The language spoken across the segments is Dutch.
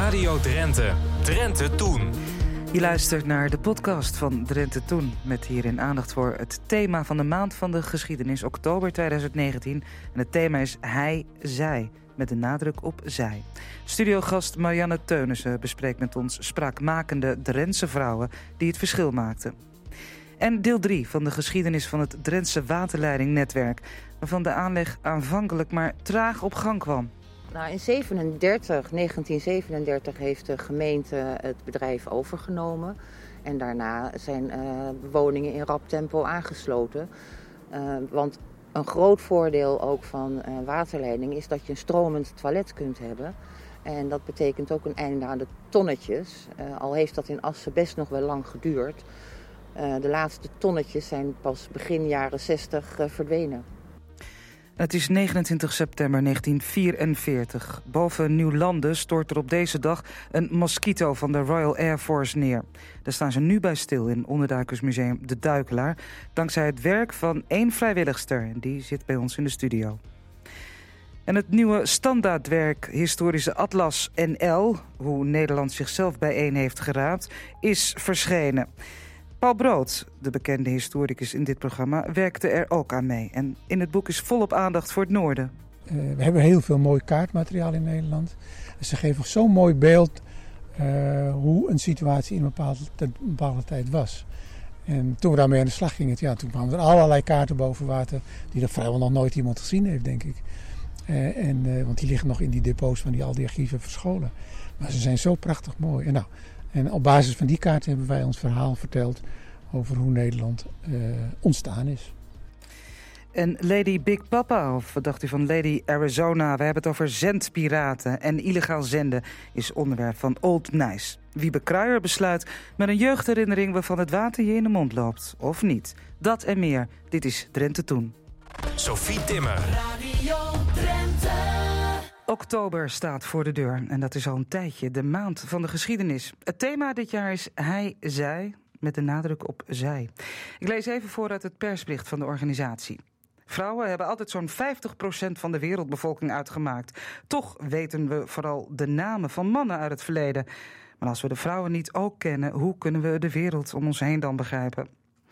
Radio Drenthe. Drenthe Toen. Je luistert naar de podcast van Drenthe Toen. Met hierin aandacht voor het thema van de maand van de geschiedenis, oktober 2019. En het thema is Hij, Zij, met de nadruk op zij. Studiogast Marianne Teunissen bespreekt met ons spraakmakende Drentse vrouwen die het verschil maakten. En deel 3 van de geschiedenis van het Drentse waterleidingnetwerk, waarvan de aanleg aanvankelijk maar traag op gang kwam. Nou, in 1937 heeft de gemeente het bedrijf overgenomen. En daarna zijn woningen in rap tempo aangesloten. Want een groot voordeel ook van waterleiding is dat je een stromend toilet kunt hebben. En dat betekent ook een einde aan de tonnetjes. Al heeft dat in Assen best nog wel lang geduurd. De laatste tonnetjes zijn pas begin jaren 60 verdwenen. Het is 29 september 1944. Boven Nieuwlanden stort er op deze dag een Mosquito van de Royal Air Force neer. Daar staan ze nu bij stil in onderduikersmuseum De Duikelaar, dankzij het werk van 1 vrijwilligster. En die zit bij ons in de studio. En het nieuwe standaardwerk Historische Atlas NL, hoe Nederland zichzelf bijeen heeft geraapt, is verschenen. Paul Brood, de bekende historicus in dit programma, werkte er ook aan mee. En in het boek is volop aandacht voor het noorden. We hebben heel veel mooi kaartmateriaal in Nederland. Ze geven zo'n mooi beeld hoe een situatie in een bepaalde tijd was. En toen we daarmee aan de slag gingen, toen kwamen er allerlei kaarten boven water die er vrijwel nog nooit iemand gezien heeft, denk ik. Want die liggen nog in die depots van al die archieven verscholen. Maar ze zijn zo prachtig mooi. En op basis van die kaarten hebben wij ons verhaal verteld over hoe Nederland ontstaan is. En Lady Big Papa, of wat dacht u van Lady Arizona? We hebben het over zendpiraten en illegaal zenden is onderwerp van Old Nice. Wiebe Kruijer besluit met een jeugdherinnering waarvan het water je in de mond loopt. Of niet. Dat en meer. Dit is Drenthe Toen. Sophie Timmer. Radio Drenthe. Oktober staat voor de deur en dat is al een tijdje, de maand van de geschiedenis. Het thema dit jaar is Hij, Zij, met de nadruk op zij. Ik lees even voor uit het persbericht van de organisatie. Vrouwen hebben altijd zo'n 50% van de wereldbevolking uitgemaakt. Toch weten we vooral de namen van mannen uit het verleden. Maar als we de vrouwen niet ook kennen, hoe kunnen we de wereld om ons heen dan begrijpen?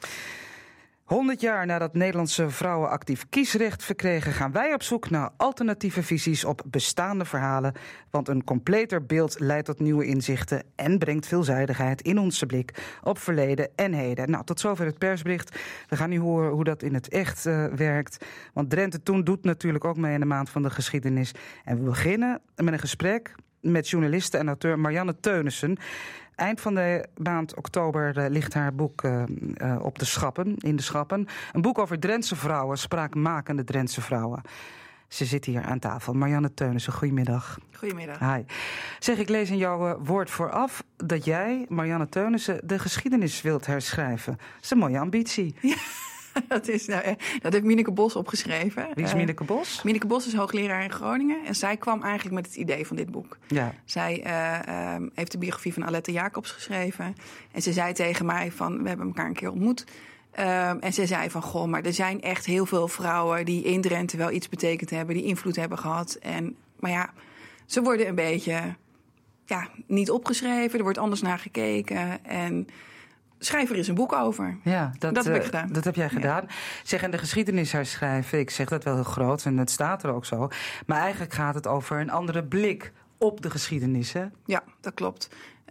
100 jaar nadat Nederlandse vrouwen actief kiesrecht verkregen, gaan wij op zoek naar alternatieve visies op bestaande verhalen. Want een completer beeld leidt tot nieuwe inzichten en brengt veelzijdigheid in onze blik op verleden en heden. Nou, tot zover het persbericht. We gaan nu horen hoe dat in het echt werkt. Want Drenthe Toen doet natuurlijk ook mee in de maand van de geschiedenis. En we beginnen met een gesprek met journaliste en auteur Marianne Teunissen. Eind van de maand oktober ligt haar boek in de schappen. Een boek over Drentse vrouwen, spraakmakende Drentse vrouwen. Ze zit hier aan tafel. Marianne Teunissen, goedemiddag. Goedemiddag. Hi. Zeg, ik lees in jouw woord vooraf dat jij, Marianne Teunissen, de geschiedenis wilt herschrijven. Dat is een mooie ambitie. Ja. Dat heeft Mieneke Bos opgeschreven. Wie is Mieneke Bos? Mieneke Bos is hoogleraar in Groningen. En zij kwam eigenlijk met het idee van dit boek. Ja. Zij heeft de biografie van Aletta Jacobs geschreven. En ze zei tegen mij van, we hebben elkaar een keer ontmoet. En ze zei van, goh, maar er zijn echt heel veel vrouwen die in Drenthe wel iets betekend hebben, die invloed hebben gehad. Maar ja, ze worden een beetje niet opgeschreven. Er wordt anders naar gekeken. En schrijf er eens een boek over. Ja, dat heb ik gedaan. Dat heb jij gedaan. Ja. Zeg, en de geschiedenis herschrijven, ik zeg dat wel heel groot en het staat er ook zo. Maar eigenlijk gaat het over een andere blik op de geschiedenis, hè? Ja, dat klopt.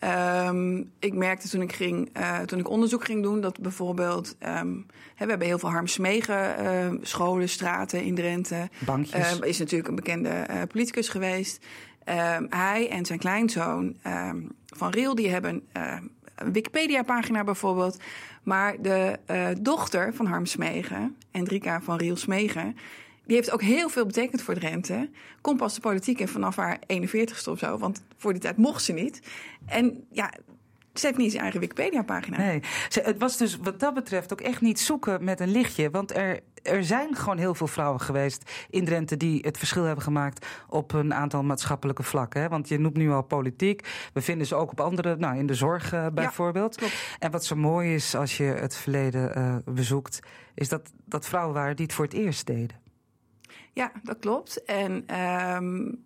Ik merkte toen ik onderzoek ging doen, dat bijvoorbeeld we hebben heel veel Harmsmegen scholen, straten in Drenthe. Bankjes. Is natuurlijk een bekende politicus geweest. Hij en zijn kleinzoon Van Riel, die hebben een Wikipedia-pagina bijvoorbeeld. Maar de dochter van Harmsmegen, Hendrika van Riel Smegen, die heeft ook heel veel betekend voor Drenthe. Komt pas de politiek in vanaf haar 41ste of zo. Want voor die tijd mocht ze niet. En ja, ze heeft niet zijn eigen Wikipedia-pagina. Nee, het was dus wat dat betreft ook echt niet zoeken met een lichtje. Want er zijn gewoon heel veel vrouwen geweest in Drenthe die het verschil hebben gemaakt op een aantal maatschappelijke vlakken. Hè? Want je noemt nu al politiek. We vinden ze ook op andere, in de zorg bijvoorbeeld. Klopt. En wat zo mooi is als je het verleden bezoekt, is dat vrouwen waren die het voor het eerst deden. Ja, dat klopt. En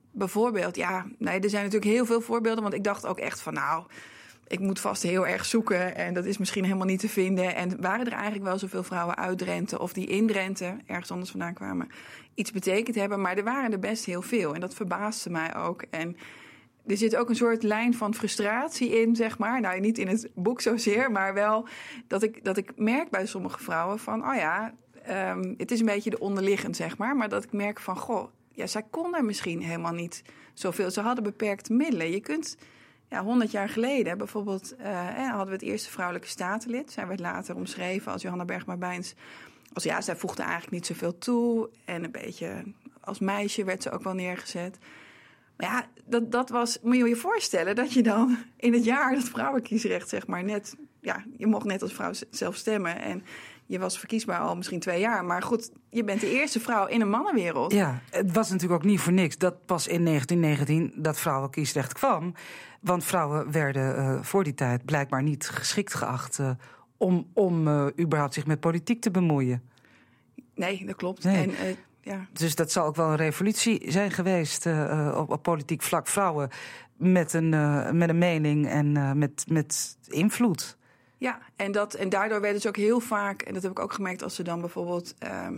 bijvoorbeeld, er zijn natuurlijk heel veel voorbeelden. Want ik dacht ook echt van, ik moet vast heel erg zoeken. En dat is misschien helemaal niet te vinden. En waren er eigenlijk wel zoveel vrouwen uit Drenthe of die in Drenthe, ergens anders vandaan kwamen, iets betekend hebben. Maar er waren er best heel veel. En dat verbaasde mij ook. En er zit ook een soort lijn van frustratie in, zeg maar. Nou, niet in het boek zozeer, maar wel dat ik merk bij sommige vrouwen van, het is een beetje de onderliggend, zeg maar. Maar dat ik merk van, zij konden misschien helemaal niet zoveel. Ze hadden beperkte middelen. Je kunt, 100 jaar geleden bijvoorbeeld, hadden we het eerste vrouwelijke statenlid. Zij werd later omschreven als Johanna Bergma-Bijns. Zij voegde eigenlijk niet zoveel toe. En een beetje als meisje werd ze ook wel neergezet. Maar dat was, moet je je voorstellen dat je dan in het jaar dat vrouwenkiesrecht, zeg maar, net, je mocht net als vrouw zelf stemmen en je was verkiesbaar al misschien 2 jaar. Maar goed, je bent de eerste vrouw in een mannenwereld. Ja, het was natuurlijk ook niet voor niks dat pas in 1919 dat vrouwenkiesrecht kwam. Want vrouwen werden voor die tijd blijkbaar niet geschikt geacht om überhaupt zich met politiek te bemoeien. Nee, dat klopt. Nee. En, Dus dat zal ook wel een revolutie zijn geweest op politiek vlak. Vrouwen met een mening en met invloed. Ja, en daardoor werden ze ook heel vaak, en dat heb ik ook gemerkt als ze dan bijvoorbeeld,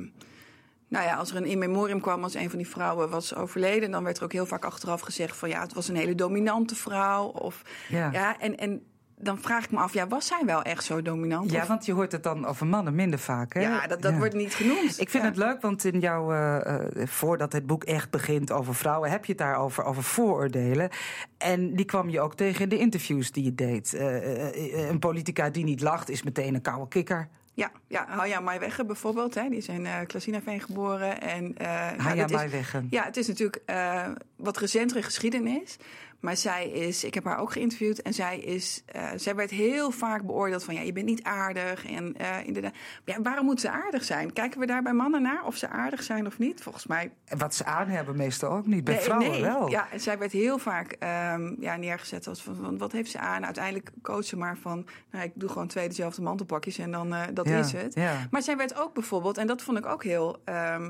als er een in memoriam kwam als een van die vrouwen was overleden, dan werd er ook heel vaak achteraf gezegd van het was een hele dominante vrouw. Of en dan vraag ik me af, was zij wel echt zo dominant? Ja, want je hoort het dan over mannen minder vaak, hè? Ja, dat wordt niet genoemd. Ik vind het leuk, want in jouw voordat het boek echt begint over vrouwen, heb je het daarover over vooroordelen. En die kwam je ook tegen in de interviews die je deed. Een politica die niet lacht is meteen een koude kikker. Ja, Haya Maiwegge bijvoorbeeld. Hè, die is in Klasinaveen geboren. Haya Maiwegge. Ja, het is natuurlijk wat recentere geschiedenis. Maar ik heb haar ook geïnterviewd. En zij werd heel vaak beoordeeld van, je bent niet aardig. En inderdaad, waarom moet ze aardig zijn? Kijken we daar bij mannen naar of ze aardig zijn of niet? Volgens mij. En wat ze aan hebben meestal ook niet. Bij vrouwen wel. Ja, en zij werd heel vaak neergezet als van, wat heeft ze aan? Uiteindelijk koos ze maar van, ik doe gewoon 2 dezelfde mantelpakjes en dan dat is het. Ja. Maar zij werd ook bijvoorbeeld, en dat vond ik ook heel.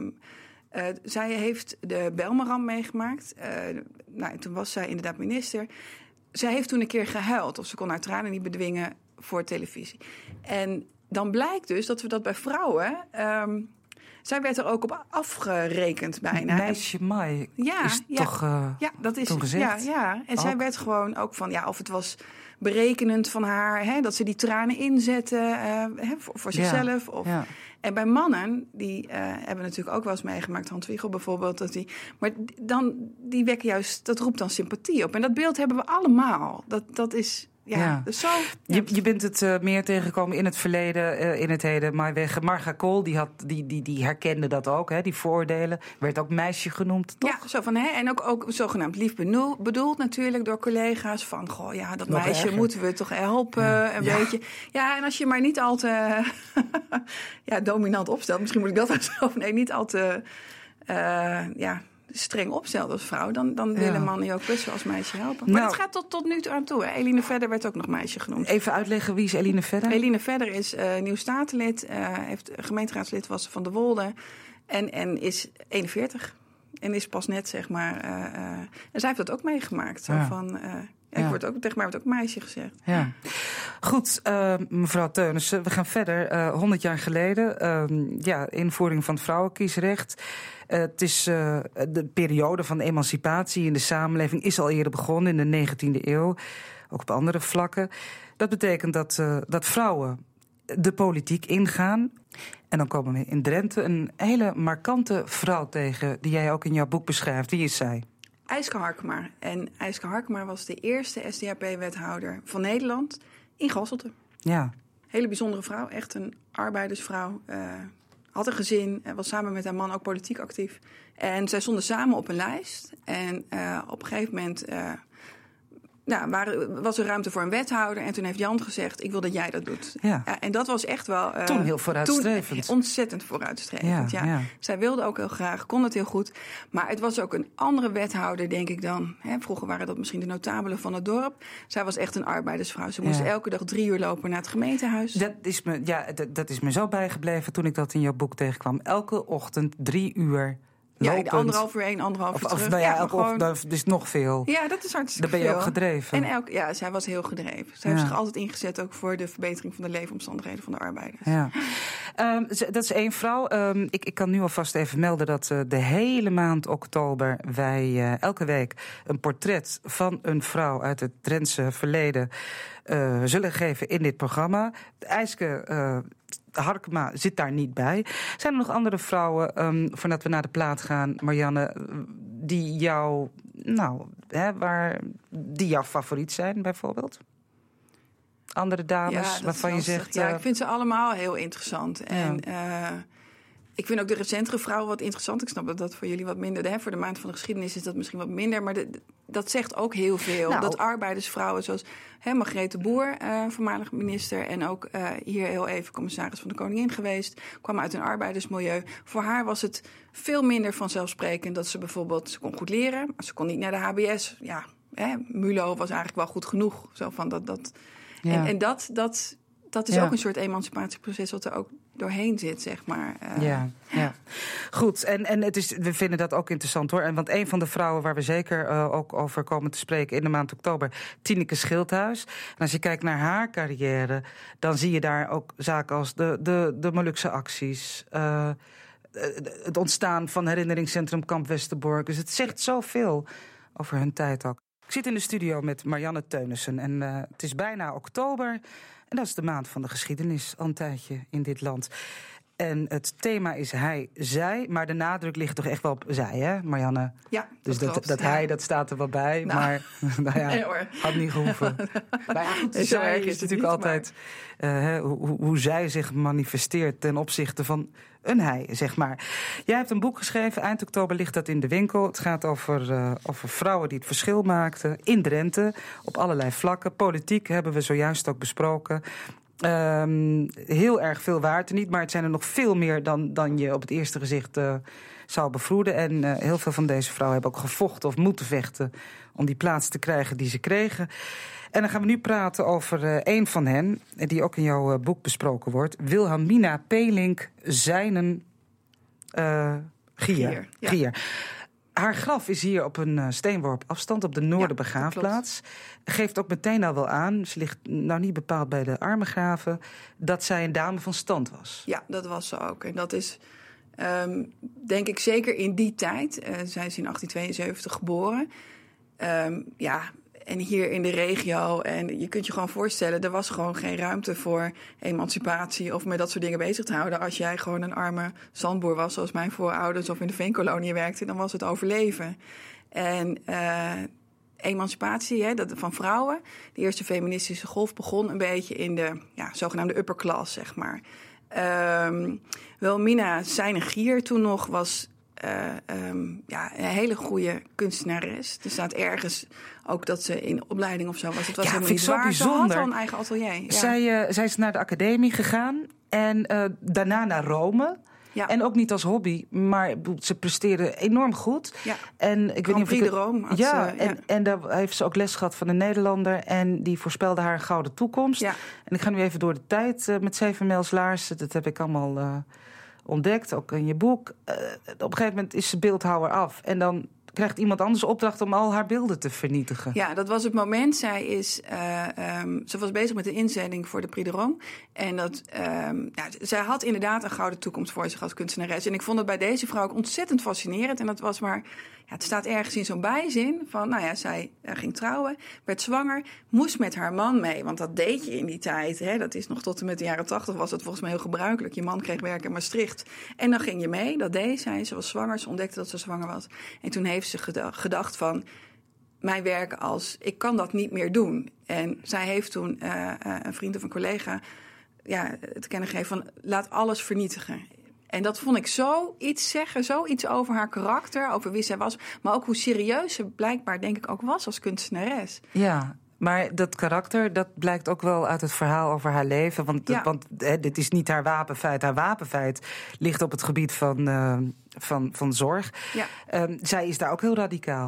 Zij heeft de Bijlmerramp meegemaakt. Toen was zij inderdaad minister. Zij heeft toen een keer gehuild, of ze kon haar tranen niet bedwingen voor televisie. En dan blijkt dus dat we dat bij vrouwen. Zij werd er ook op afgerekend bijna. Meisje Mai is toch dat is, toen gezegd? Ja. En zij werd gewoon ook van, of het was berekenend van haar, dat ze die tranen inzette voor zichzelf. En bij mannen, die hebben natuurlijk ook wel eens meegemaakt, Hans Wiegel bijvoorbeeld, maar die wekken juist, dat roept dan sympathie op. En dat beeld hebben we allemaal. Dat is. Dus zo. Je bent het meer tegengekomen in het verleden, in het heden. Marga Kool, die herkende dat ook, hè, die vooroordelen. Werd ook meisje genoemd, toch? Ja, zo van, en ook zogenaamd lief bedoeld natuurlijk door collega's. Van, dat nog meisje erger. Moeten we toch helpen, een beetje. Ja, en als je maar niet al te dominant opstelt. Misschien moet ik dat zelf. Nee, niet al te streng opstelt als vrouw, dan willen mannen je ook best wel als meisje helpen. Maar het gaat tot nu aan toe. Hè. Eline Vedder werd ook nog meisje genoemd. Even uitleggen, wie is Eline Vedder? Eline Vedder is nieuw statenlid, gemeenteraadslid was van de Wolde en is 41. En is pas net, zeg maar. En zij heeft dat ook meegemaakt. Zo van. Tegen mij wordt ook meisje gezegd. Ja. Goed, mevrouw Teunissen, we gaan verder. 100 jaar geleden, invoering van het vrouwenkiesrecht. Het is de periode van emancipatie in de samenleving is al eerder begonnen in de 19e eeuw. Ook op andere vlakken. Dat betekent dat vrouwen de politiek ingaan. En dan komen we in Drenthe een hele markante vrouw tegen, die jij ook in jouw boek beschrijft. Wie is zij? Ijske Harkema. En Ijske Harkema was de eerste SDAP-wethouder van Nederland in Gasselte. Ja. Hele bijzondere vrouw, echt een arbeidersvrouw. Had een gezin, was samen met haar man ook politiek actief. En zij stonden samen op een lijst. En op een gegeven moment was er ruimte voor een wethouder. En toen heeft Jan gezegd, ik wil dat jij dat doet. Ja. En dat was echt wel. Toen heel vooruitstrevend. Ontzettend vooruitstrevend, ja. Zij wilde ook heel graag, kon het heel goed. Maar het was ook een andere wethouder, denk ik dan. Vroeger waren dat misschien de notabelen van het dorp. Zij was echt een arbeidersvrouw. Ze moest elke dag 3 uur lopen naar het gemeentehuis. Dat is me zo bijgebleven toen ik dat in jouw boek tegenkwam. Elke ochtend 3 uur lopend. Ja, 1,5 uur heen, 1,5 uur terug. Nou ja, gewoon... dat is nog veel. Ja, dat is hartstikke veel. Dan ben je ook gedreven. En zij was heel gedreven. Zij heeft zich altijd ingezet ook voor de verbetering van de leefomstandigheden van de arbeiders. Ja. Dat is 1 vrouw. Ik kan nu alvast even melden dat de hele maand oktober wij elke week een portret van een vrouw uit het Drentse verleden zullen geven in dit programma. Ijske Harkema zit daar niet bij. Zijn er nog andere vrouwen, voordat we naar de plaat gaan, Marianne, die die jouw favoriet zijn, bijvoorbeeld? Andere dames waarvan je zegt... Ja, ik vind ze allemaal heel interessant. En ik vind ook de recentere vrouwen wat interessant. Ik snap dat dat voor jullie wat minder... Voor de maand van de geschiedenis is dat misschien wat minder. Maar dat zegt ook heel veel. Dat arbeidersvrouwen zoals Margrethe Boer, voormalig minister... en ook hier heel even commissaris van de Koningin geweest... kwam uit een arbeidersmilieu. Voor haar was het veel minder vanzelfsprekend dat ze bijvoorbeeld... Ze kon goed leren, maar ze kon niet naar de HBS. Ja, MULO was eigenlijk wel goed genoeg. Zo van dat Ja. En dat is ook een soort emancipatieproces wat er ook doorheen zit, zeg maar. Ja. Goed, en we vinden dat ook interessant, hoor. Want een van de vrouwen waar we zeker ook over komen te spreken in de maand oktober, Tineke Schildhuis. En als je kijkt naar haar carrière, dan zie je daar ook zaken als de Molukse acties, het ontstaan van herinneringscentrum Kamp Westerbork. Dus het zegt zoveel over hun tijd ook. Ik zit in de studio met Marianne Teunissen en het is bijna oktober. En dat is de maand van de geschiedenis, al een tijdje in dit land. En het thema is hij, zij, maar de nadruk ligt toch echt wel op zij, hè, Marianne? Ja, dus dat hij, dat staat er wel bij, maar nee, hoor. had niet gehoeven. Maar ja, goed, zij is natuurlijk altijd hoe zij zich manifesteert ten opzichte van een hij, zeg maar. Jij hebt een boek geschreven, eind oktober ligt dat in de winkel. Het gaat over vrouwen die het verschil maakten in Drenthe, op allerlei vlakken. Politiek hebben we zojuist ook besproken. Heel erg veel waard er niet, maar het zijn er nog veel meer dan je op het eerste gezicht zou bevroeden. En heel veel van deze vrouwen hebben ook gevochten of moeten vechten om die plaats te krijgen die ze kregen. En dan gaan we nu praten over een van hen, die ook in jouw boek besproken wordt. Wilhelmina Pelink-Zijnen Gier. Haar graf is hier op een steenworp afstand op de Noorderbegraafplaats. Geeft ook meteen al wel aan, ze ligt nou niet bepaald bij de armengraven, dat zij een dame van stand was. Ja, dat was ze ook. En dat is, denk ik, zeker in die tijd. Zij is in 1872 geboren. En hier in de regio, en je kunt je gewoon voorstellen, er was gewoon geen ruimte voor emancipatie of met dat soort dingen bezig te houden. Als jij gewoon een arme zandboer was, zoals mijn voorouders, of in de veenkolonie werkte, dan was het overleven. En emancipatie van vrouwen, de eerste feministische golf begon een beetje in de zogenaamde upper class, zeg maar. Wilhelmina Zijnen Gier toen nog was een hele goede kunstenares. Er staat ergens ook dat ze in opleiding of zo was. Het was helemaal niet waar. Ze had al een eigen atelier. Ja. Zij is naar de academie gegaan en daarna naar Rome. Ja. En ook niet als hobby, maar ze presteerde enorm goed. Ja. En ik weet niet of de Rome. En daar heeft ze ook les gehad van een Nederlander en die voorspelde haar een gouden toekomst. Ja. En ik ga nu even door de tijd met Zevenmijls Laarzen. Dat heb ik allemaal ontdekt, ook in je boek. Op een gegeven moment is ze beeldhouwer af en dan krijgt iemand anders opdracht om al haar beelden te vernietigen. Ja, dat was het moment. Ze was bezig met de inzending voor de Prix de Rome. En zij had inderdaad een gouden toekomst voor zich als kunstenares. En ik vond het bij deze vrouw ook ontzettend fascinerend. En dat was maar, het staat ergens in zo'n bijzin van, zij ging trouwen, werd zwanger, moest met haar man mee. Want dat deed je in die tijd. Hè? Dat is nog tot en met de jaren 80 was dat volgens mij heel gebruikelijk. Je man kreeg werk in Maastricht. En dan ging je mee, dat deed zij. Ze was zwanger, ze ontdekte dat ze zwanger was. En toen heeft ze gedacht van, mijn werk ik kan dat niet meer doen. En zij heeft toen een vriend of een collega te kennen gegeven van, laat alles vernietigen. En dat vond ik zoiets over haar karakter, over wie zij was, maar ook hoe serieus ze blijkbaar, denk ik, ook was als kunstenares. Ja, maar dat karakter, dat blijkt ook wel uit het verhaal over haar leven. Want dit is niet haar wapenfeit. Haar wapenfeit ligt op het gebied van zorg. Ja. Zij is daar ook heel radicaal.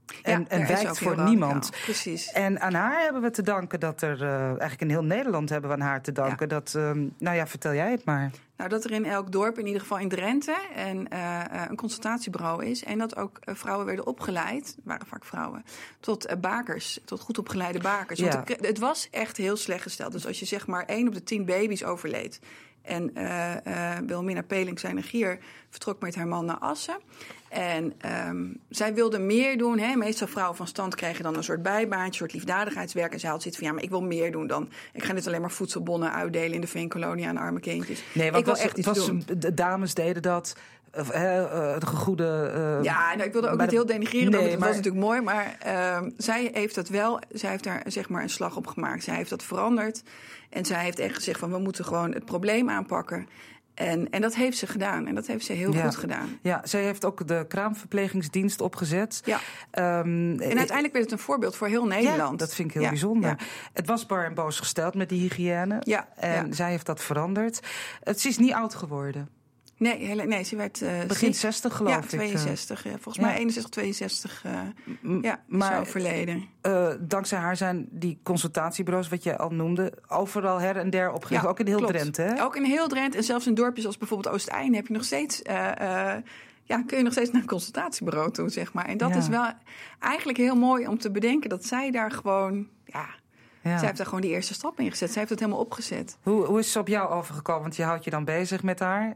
En daar is wijkt ook voor heel niemand. radicaal. Precies. En aan haar hebben we te danken dat er... eigenlijk in heel Nederland hebben we aan haar te danken. Dat, vertel jij het maar. Nou, dat er in elk dorp, in ieder geval in Drenthe, een consultatiebureau is. En dat ook vrouwen werden opgeleid, het waren vaak vrouwen, tot bakers, tot goed opgeleide bakers. Ja. Want het was echt heel slecht gesteld. Dus als je zeg maar 1 op de 10 baby's overleed. En Wilhelmina Peling, zijn negier, vertrok met haar man naar Assen. En zij wilde meer doen. Hè? Meestal vrouwen van stand kregen dan een soort bijbaantje, een soort liefdadigheidswerk. En zij had zoiets van, maar ik wil meer doen dan... Ik ga niet alleen maar voedselbonnen uitdelen in de veenkolonie aan arme kindjes. Nee, want ik wil echt iets doen. De dames deden dat... de goede... ik wilde ook niet heel denigreren, want het maar... was natuurlijk mooi. Maar zij heeft dat wel, zij heeft daar zeg maar een slag op gemaakt. Zij heeft dat veranderd. En zij heeft echt gezegd van, we moeten gewoon het probleem aanpakken. En dat heeft ze gedaan. En dat heeft ze heel goed gedaan. Ja, zij heeft ook de kraamverplegingsdienst opgezet. Ja. En uiteindelijk werd het een voorbeeld voor heel Nederland. Ja, dat vind ik heel bijzonder. Ja. Het was bar en boos gesteld met die hygiëne. Ja. En zij heeft dat veranderd. Ze is niet oud geworden. Nee, ze werd... Begin 60 geloof ik. 62. Volgens mij 61, 62 maar, is overleden. Dankzij haar zijn die consultatiebureaus, wat je al noemde, overal her en der opgericht. Ook in heel Drenthe, hè? Ook in heel Drenthe. En zelfs in dorpjes als bijvoorbeeld Oosteinde heb je nog steeds... kun je nog steeds naar een consultatiebureau toe, zeg maar. En dat is wel eigenlijk heel mooi om te bedenken dat zij daar gewoon... Zij heeft daar gewoon die eerste stap in gezet. Zij heeft het helemaal opgezet. Hoe is ze op jou overgekomen? Want je houdt je dan bezig met haar.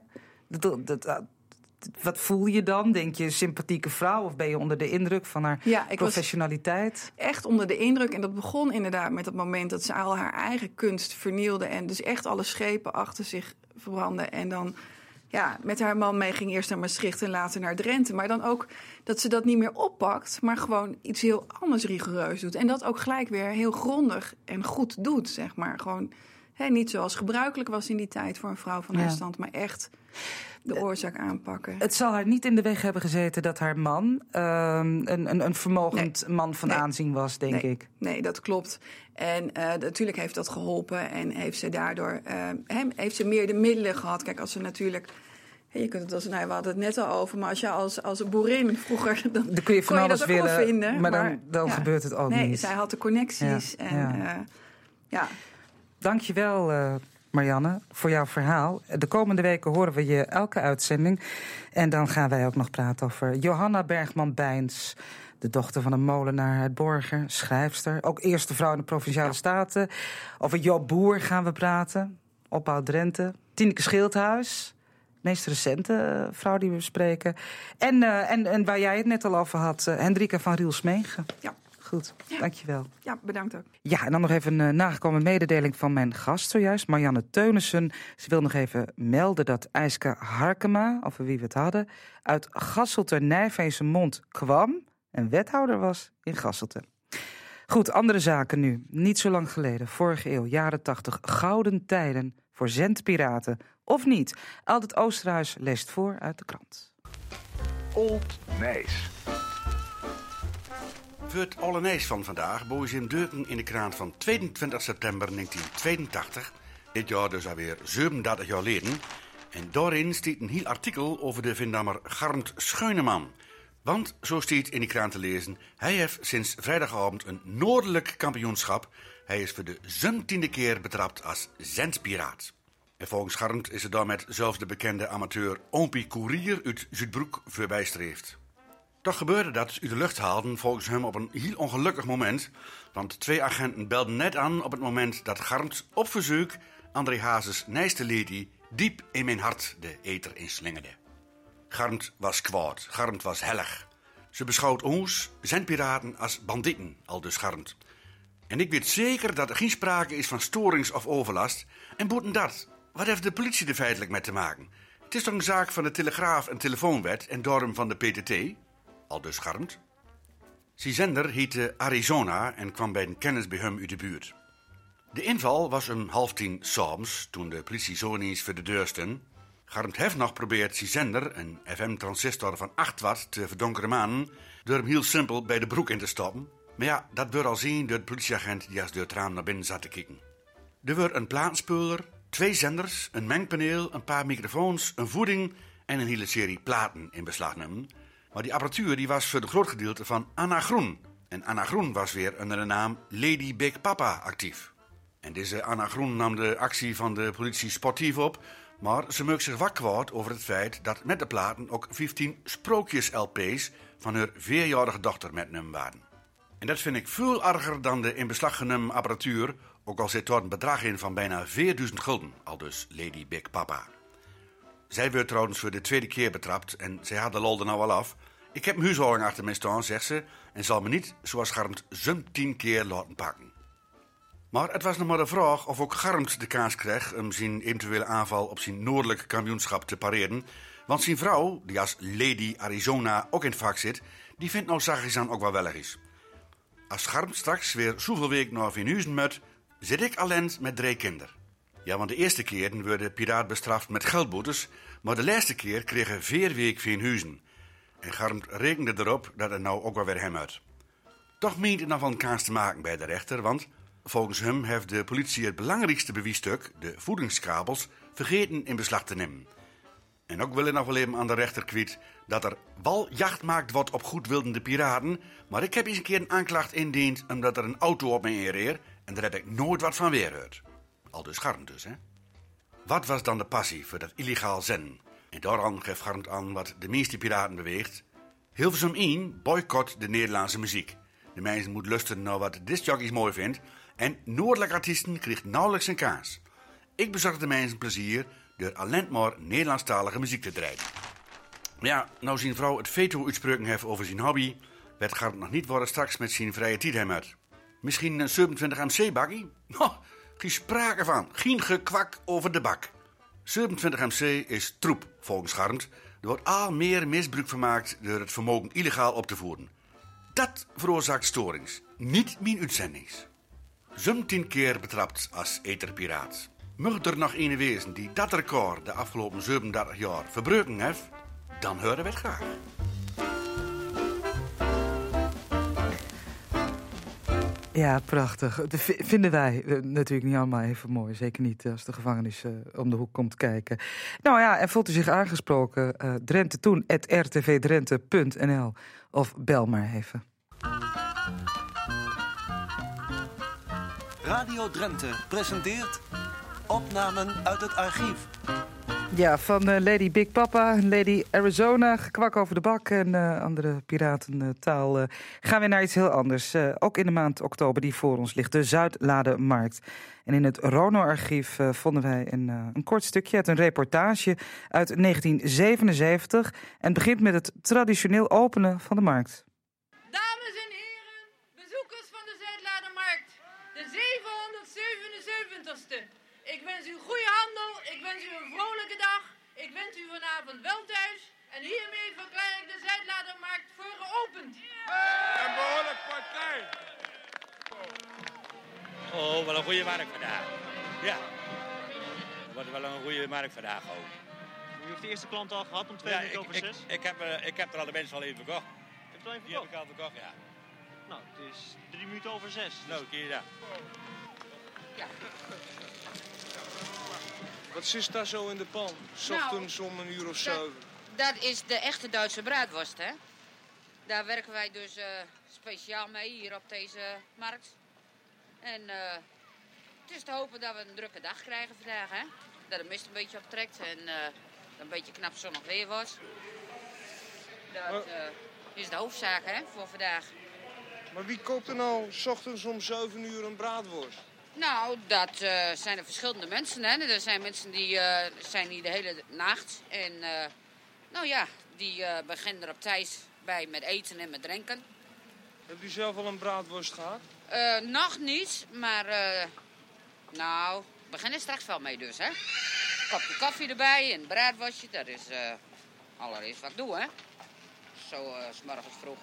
Wat voel je dan? Denk je sympathieke vrouw? Of ben je onder de indruk van haar professionaliteit? Echt onder de indruk. En dat begon inderdaad met dat moment dat ze al haar eigen kunst vernielde. En dus echt alle schepen achter zich verbrandde. En dan met haar man mee ging eerst naar Maastricht en later naar Drenthe. Maar dan ook dat ze dat niet meer oppakt, maar gewoon iets heel anders rigoureus doet. En dat ook gelijk weer heel grondig en goed doet, zeg maar. Gewoon niet zoals gebruikelijk was in die tijd voor een vrouw van haar stand, maar echt de oorzaak aanpakken. Het zal haar niet in de weg hebben gezeten dat haar man een vermogend man van aanzien was, denk ik. Nee, dat klopt. En natuurlijk heeft dat geholpen en heeft ze daardoor heeft ze meer de middelen gehad. Kijk, als ze natuurlijk... Je kunt het we hadden het net al over, maar als je als een boerin vroeger... Dan kun je van alles dat ook wel vinden. Maar dan gebeurt het ook niet. Nee, zij had de connecties. Dank je wel, Marianne, voor jouw verhaal. De komende weken horen we je elke uitzending. En dan gaan wij ook nog praten over Johanna Bergman-Bijns, de dochter van een molenaar uit Borger, schrijfster. Ook eerste vrouw in de Provinciale Staten. Over Joop Boer gaan we praten. Opbouw Drenthe. Tineke Schildhuis, meest recente vrouw die we spreken. En waar jij het net al over had, Hendrika van Rielsmegen. Ja. Goed, dankjewel. Ja, bedankt ook. Ja, en dan nog even een nagekomen mededeling van mijn gast zojuist, Marianne Teunissen. Ze wil nog even melden dat Ijske Harkema, over wie we het hadden, uit Gasselte-Nijveense-Mond kwam en wethouder was in Gasselte. Goed, andere zaken nu. Niet zo lang geleden, vorige eeuw, jaren 80, gouden tijden voor zendpiraten. Of niet? Aldert Oosterhuis leest voor uit de krant. Old Nijs. Voor het Olle Nijs van vandaag boven Jim Deuken in de krant van 22 september 1982. Dit jaar dus alweer 37 jaar geleden. En daarin staat een heel artikel over de Vindammer Garmt Scheuneman. Want, zo staat in die krant te lezen, hij heeft sinds vrijdagavond een noordelijk kampioenschap. Hij is voor de 17e keer betrapt als zendpiraat. En volgens Garmt is het dan met zelfs de bekende amateur Ompie Courier uit Zuidbroek voorbijstreeft. Toch gebeurde dat uit de lucht haalden volgens hem op een heel ongelukkig moment. Want 2 agenten belden net aan op het moment dat Garmt op verzoek André Hazes nijste lady diep in mijn hart de eter inslingerde. Garmt was kwaad, Garmt was hellig. Ze beschouwt ons, zendpiraten, als bandieten, aldus Garmt. En ik weet zeker dat er geen sprake is van storings of overlast. En boeten dat, wat heeft de politie er feitelijk mee te maken? Het is toch een zaak van de Telegraaf- en Telefoonwet en daarom van de PTT? Aldus Garmt. Zijn zender heette Arizona en kwam bij een kennis bij hem uit de buurt. De inval was om 9:30 s'avonds, toen de politie zo ineens voor de deur stond. Garmt heeft nog probeerd zijn zender, een FM-transistor van 8 watt, te verdonkeren manen, door hem heel simpel bij de broek in te stoppen. Maar ja, dat werd al zien door de politieagent die als door het raam naar binnen zat te kijken. Er werd een plaatspeler, 2 zenders, een mengpaneel, een paar microfoons, een voeding en een hele serie platen in beslag nemen. Maar die apparatuur die was voor een groot gedeelte van Anna Groen. En Anna Groen was weer onder de naam Lady Big Papa actief. En deze Anna Groen nam de actie van de politie sportief op, maar ze maakt zich wakker kwaad over het feit dat met de platen ook 15 sprookjes-LP's van haar 4-jarige dochter metgenomen waren. En dat vind ik veel erger dan de in beslag genomen apparatuur, ook al zit er een bedrag in van bijna 4000 gulden, aldus Lady Big Papa. Zij werd trouwens voor de tweede keer betrapt en zij had de lol er nou al af. Ik heb een huishouding achter mij staan, zegt ze, en zal me niet, zoals Garmt, zo'n 10 keer laten pakken. Maar het was nog maar de vraag of ook Garmt de kaas kreeg om zijn eventuele aanval op zijn noordelijk kampioenschap te pareren. Want zijn vrouw, die als Lady Arizona ook in het vak zit, die vindt nou zachtjes aan ook wel wellig is. Als Garmt straks weer zoveel week naar Vinhuizen moet, zit ik alleen met 3 kinderen. Ja, want de eerste keer werd de piraat bestraft met geldboetes, maar de laatste keer kregen 4 weken Vinhuizen. En Garmt rekende erop dat het nou ook wel weer hem uit. Toch meent het nog wel een kaas te maken bij de rechter, want volgens hem heeft de politie het belangrijkste bewijsstuk, de voedingskabels, vergeten in beslag te nemen. En ook wil hij nog wel even aan de rechter kwijt dat er wel jacht maakt wordt op goedwillende piraten, maar ik heb eens een keer een aanklacht indiend omdat er een auto op me inreed en daar heb ik nooit wat van weergehoord. Aldus Garmt dus, hè. Wat was dan de passie voor dat illegaal zen? En daaraan geeft Garmt aan wat de meeste piraten beweegt. Hilversum 1 boycott de Nederlandse muziek. De mensen moeten luisteren naar wat de discjockeys mooi vindt. En noordelijke artiesten krijgt nauwelijks een kaas. Ik bezorg de mensen plezier door alleen maar Nederlandstalige muziek te draaien. Maar ja, nou zijn vrouw het veto uitspreken heeft over zijn hobby, werd Garmt nog niet worden straks met zijn vrije tijd hem uit. Misschien een 27 MC-bakkie? Geen sprake van. Geen gekwak over de bak. 27 MC is troep, volgens Garmt. Er wordt al meer misbruik van gemaakt door het vermogen illegaal op te voeren. Dat veroorzaakt storings, niet mijn uitzendings. 17 keer betrapt als etherpiraat. Mocht er nog een wezen die dat record de afgelopen 37 jaar verbroken heeft, dan horen we het graag. Ja, prachtig. Dat vinden wij natuurlijk niet allemaal even mooi. Zeker niet als de gevangenis om de hoek komt kijken. Nou ja, en voelt u zich aangesproken? Drenthe Toen @rtvdrenthe.nl of bel maar even. Radio Drenthe presenteert opnamen uit het archief. Ja, van Lady Big Papa, Lady Arizona, gekwak over de bak en andere piratentaal. Gaan we naar iets heel anders. Ook in de maand oktober die voor ons ligt, de Zuidlademarkt. En in het Rono-archief vonden wij een kort stukje uit een reportage uit 1977. En begint met het traditioneel openen van de markt. Dames en heren, bezoekers van de Zuidlademarkt, de 777ste. Ik wens u goede handel, ik wens u een vrolijke dag, ik wens u vanavond wel thuis en hiermee verklaar ik de Zuidlademarkt voor geopend. Een behoorlijk partij. Oh, wel een goede markt vandaag. Ja, dat wordt wel een goede markt vandaag ook. U heeft de eerste klant al gehad om 2 minuten over 6? Ik heb er al de mensen al even verkocht. Je hebt het al even Die heb ik al verkocht, ja. Nou, het is 3 minuten over 6. Nou, ken je dat? Ja. Wat zit daar zo in de pan? 's Ochtends om 1:07. Dat is de echte Duitse braadworst, hè. Daar werken wij dus speciaal mee hier op deze markt. En het is te hopen dat we een drukke dag krijgen vandaag, hè. Dat de mist een beetje optrekt en een beetje knap zonnig weer wordt. Dat is de hoofdzaak, hè, voor vandaag. Maar wie koopt er nou 's ochtends om 7 uur een braadworst? Nou, dat zijn er verschillende mensen, hè. Er zijn mensen die zijn hier de hele nacht. En nou ja, die beginnen er op tijd bij met eten en met drinken. Heb u zelf al een braadworst gehad? Nog niet, maar nou, we beginnen straks wel mee dus, hè. Kopje koffie erbij en een braadworstje, dat is allereerst wat ik doe, hè. Zo 's morgens vroeg.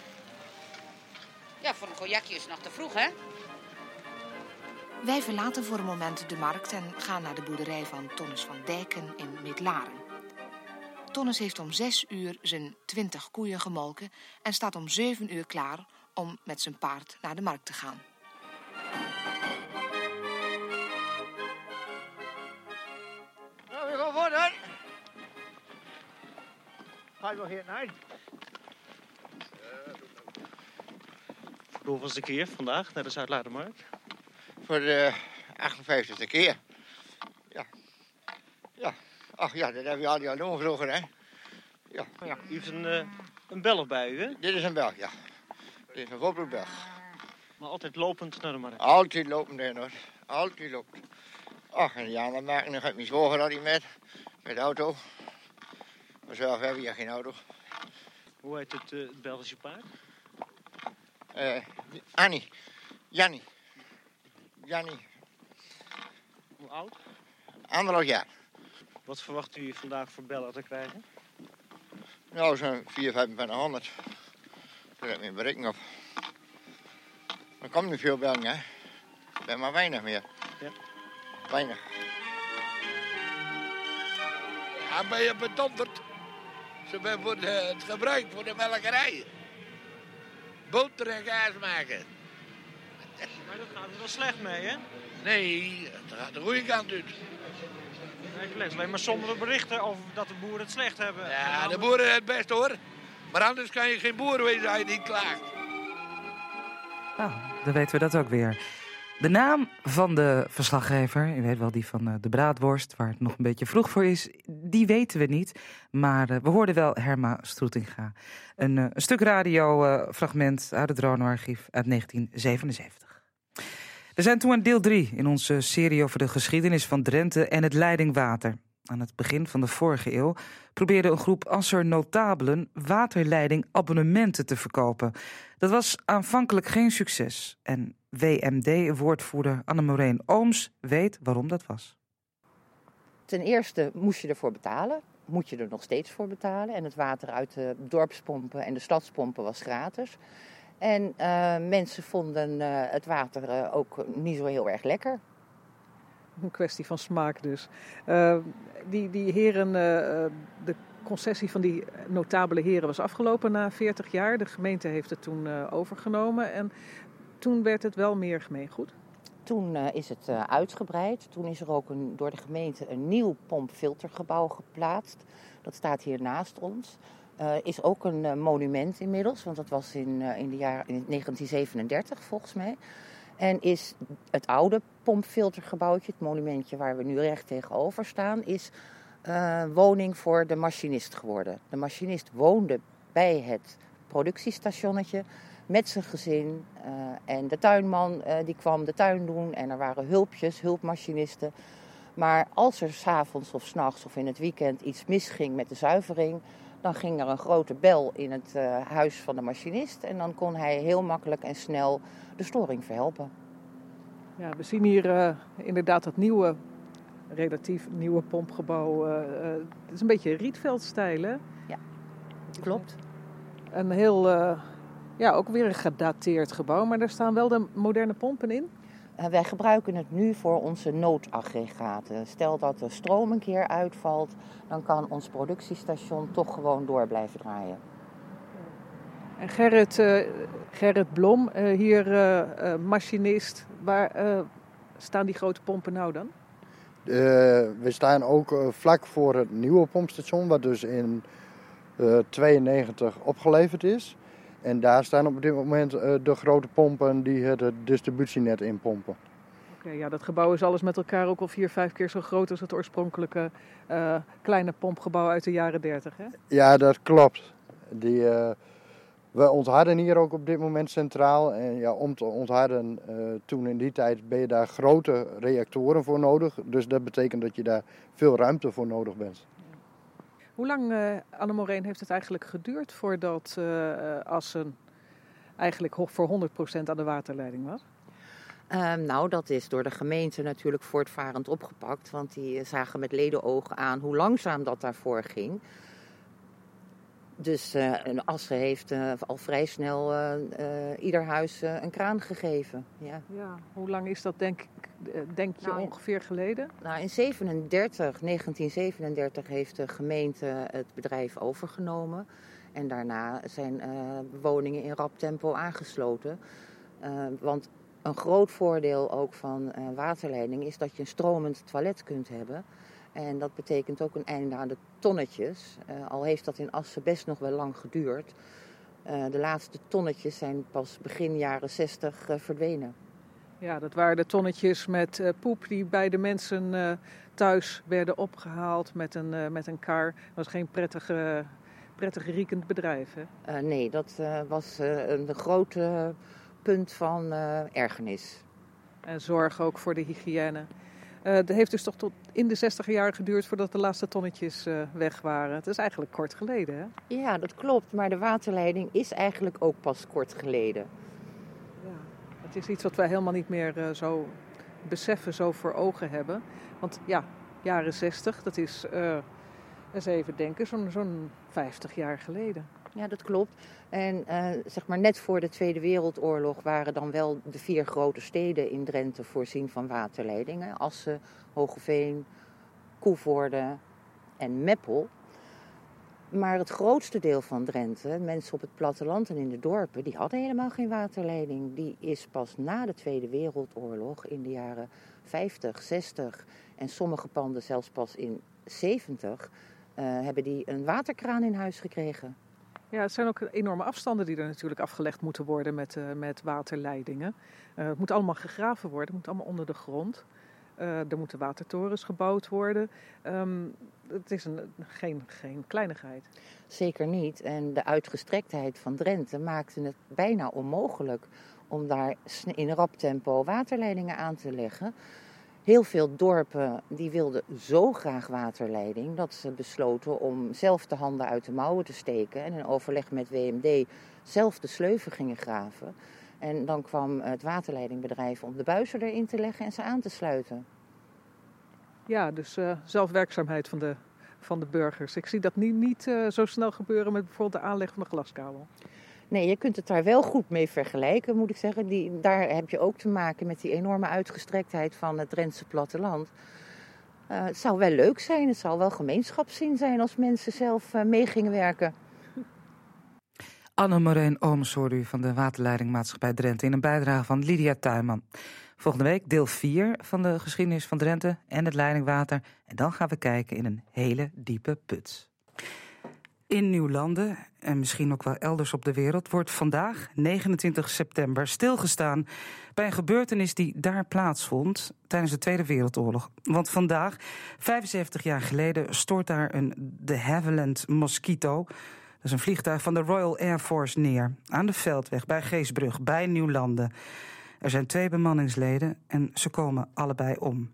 Ja, voor een cognacje is het nog te vroeg, hè. Wij verlaten voor een moment de markt en gaan naar de boerderij van Tonnes van Dijken in Midlaren. Tonnes heeft om 6 uur zijn 20 koeien gemolken en staat om 7 uur klaar om met zijn paard naar de markt te gaan. Nou, we gaan voor dan. Ga je nog hier? Nee. Hoeveelste keer vandaag naar de Zuidlaardermarkt? Voor de 58e keer. Ja. Ja. Ach ja, dat heb je al die doen vroeger, hè. Ja. U heeft een Belg bij u, hè? Dit is een Belg, ja. Dit is een volbloedbelg. Maar altijd lopend naar de markt? Altijd lopend in, hoor. Altijd lopend. Ach, en ja, dan maken dan gaat mijn zwoger al met de auto. Maar zelf hebben we ja geen auto. Hoe heet het Belgische paard? Annie. Jannie. Hoe oud? 1,5 jaar. Wat verwacht u vandaag voor bellen te krijgen? Nou, zo'n 400, 500. Daar heb ik mijn berekening op. Er komt niet veel bellen, hè. Er zijn maar weinig meer. Ja. Weinig. Ja, ben je bedonderd? Ze ben voor het gebruik voor de melkerij. Boter en kaas maken. Maar dat gaat er wel slecht mee, hè? Nee, het gaat de goede kant uit. Ik lees alleen maar sombere berichten over dat de boeren het slecht hebben. Ja, de boeren het best hoor. Maar anders kan je geen boer wezen als je niet klaagt. Nou, dan weten we dat ook weer. De naam van de verslaggever, u weet wel die van de braadworst, waar het nog een beetje vroeg voor is, die weten we niet. Maar we hoorden wel Herma Stroetinga. Een stuk radiofragment uit het Rono-archief uit 1977. We zijn toen aan deel 3 in onze serie over de geschiedenis van Drenthe en het leidingwater. Aan het begin van de vorige eeuw probeerde een groep Asser notabelen waterleidingabonnementen te verkopen. Dat was aanvankelijk geen succes. En WMD-woordvoerder Annemoreen Ooms weet waarom dat was. Ten eerste moest je ervoor betalen. Moet je er nog steeds voor betalen. En het water uit de dorpspompen en de stadspompen was gratis. En mensen vonden het water ook niet zo heel erg lekker. Een kwestie van smaak dus. Die heren, de concessie van die notabele heren was afgelopen na 40 jaar. De gemeente heeft het toen overgenomen en toen werd het wel meer gemeengoed. Toen is het uitgebreid. Toen is er ook door de gemeente een nieuw pompfiltergebouw geplaatst. Dat staat hier naast ons. Is ook een monument inmiddels, want dat was in 1937 volgens mij. En is het oude pompfiltergebouwtje, het monumentje waar we nu recht tegenover staan, is woning voor de machinist geworden. De machinist woonde bij het productiestationnetje met zijn gezin. En de tuinman die kwam de tuin doen en er waren hulpmachinisten. Maar als er 's avonds of 's nachts of in het weekend iets misging met de zuivering, dan ging er een grote bel in het huis van de machinist en dan kon hij heel makkelijk en snel de storing verhelpen. Ja, we zien hier inderdaad dat relatief nieuwe pompgebouw. Het is een beetje Rietveldstijl, hè? Ja, klopt. Een heel, ook weer een gedateerd gebouw, maar daar staan wel de moderne pompen in. Wij gebruiken het nu voor onze noodaggregaten. Stel dat de stroom een keer uitvalt, dan kan ons productiestation toch gewoon door blijven draaien. En Gerrit Blom, hier machinist, waar staan die grote pompen nou dan? We staan ook vlak voor het nieuwe pompstation, wat dus in 92 opgeleverd is. En daar staan op dit moment de grote pompen die het distributienet inpompen. Oké, ja, dat gebouw is alles met elkaar ook al 4-5 keer zo groot als het oorspronkelijke kleine pompgebouw uit de jaren 30, hè? Ja, dat klopt. We ontharden hier ook op dit moment centraal. En ja, om te ontharden, toen in die tijd ben je daar grote reactoren voor nodig. Dus dat betekent dat je daar veel ruimte voor nodig bent. Hoe lang, Annemoreen, heeft het eigenlijk geduurd voordat Assen eigenlijk voor 100% aan de waterleiding was? Nou, dat is door de gemeente natuurlijk voortvarend opgepakt. Want die zagen met ledenogen aan hoe langzaam dat daarvoor ging. Dus Assen heeft al vrij snel ieder huis een kraan gegeven. Ja. Ja, hoe lang is dat denk je ongeveer geleden? Nou, in 1937 heeft de gemeente het bedrijf overgenomen. En daarna zijn woningen in rap tempo aangesloten. Want een groot voordeel ook van waterleiding is dat je een stromend toilet kunt hebben. En dat betekent ook een einde aan de tonnetjes. Al heeft dat in Assen best nog wel lang geduurd. De laatste tonnetjes zijn pas begin jaren 60 verdwenen. Ja, dat waren de tonnetjes met poep die bij de mensen thuis werden opgehaald met een kar. Dat was geen prettig riekend bedrijf, hè? Nee, dat was een groot punt van ergernis. En zorg ook voor de hygiëne. Het heeft dus toch tot in de 60 jaar geduurd voordat de laatste tonnetjes weg waren. Het is eigenlijk kort geleden, hè? Ja, dat klopt. Maar de waterleiding is eigenlijk ook pas kort geleden. Ja, het is iets wat wij helemaal niet meer zo beseffen, zo voor ogen hebben. Want ja, jaren 60, dat is, eens even denken, zo'n 50 jaar geleden. Ja, dat klopt. En zeg maar net voor de Tweede Wereldoorlog waren dan wel de 4 grote steden in Drenthe voorzien van waterleidingen. Assen, Hoogeveen, Coevorden en Meppel. Maar het grootste deel van Drenthe, mensen op het platteland en in de dorpen, die hadden helemaal geen waterleiding. Die is pas na de Tweede Wereldoorlog in de jaren 50, 60 en sommige panden zelfs pas in 70 hebben die een waterkraan in huis gekregen. Ja, het zijn ook enorme afstanden die er natuurlijk afgelegd moeten worden met waterleidingen. Het moet allemaal gegraven worden, het moet allemaal onder de grond. Er moeten watertorens gebouwd worden. Het is geen kleinigheid. Zeker niet. En de uitgestrektheid van Drenthe maakte het bijna onmogelijk om daar in rap tempo waterleidingen aan te leggen. Heel veel dorpen die wilden zo graag waterleiding dat ze besloten om zelf de handen uit de mouwen te steken en in overleg met WMD zelf de sleuven gingen graven. En dan kwam het waterleidingbedrijf om de buizen erin te leggen en ze aan te sluiten. Ja, dus zelfwerkzaamheid van de burgers. Ik zie dat niet zo snel gebeuren met bijvoorbeeld de aanleg van de glaskabel. Nee, je kunt het daar wel goed mee vergelijken, moet ik zeggen. Daar heb je ook te maken met die enorme uitgestrektheid van het Drentse platteland. Het zou wel leuk zijn, het zou wel gemeenschapszin zijn als mensen zelf mee gingen werken. Anne-Marijn Ooms hoorde u van de Waterleidingmaatschappij Drenthe in een bijdrage van Lydia Tuinman. Volgende week deel 4 van de geschiedenis van Drenthe en het leidingwater. En dan gaan we kijken in een hele diepe put. In Nieuwlanden, en misschien ook wel elders op de wereld, wordt vandaag, 29 september, stilgestaan bij een gebeurtenis die daar plaatsvond tijdens de Tweede Wereldoorlog. Want vandaag, 75 jaar geleden, stort daar de Havilland Mosquito, dat is een vliegtuig van de Royal Air Force, neer aan de Veldweg bij Geesbrug, bij Nieuwlanden. Er zijn 2 bemanningsleden en ze komen allebei om.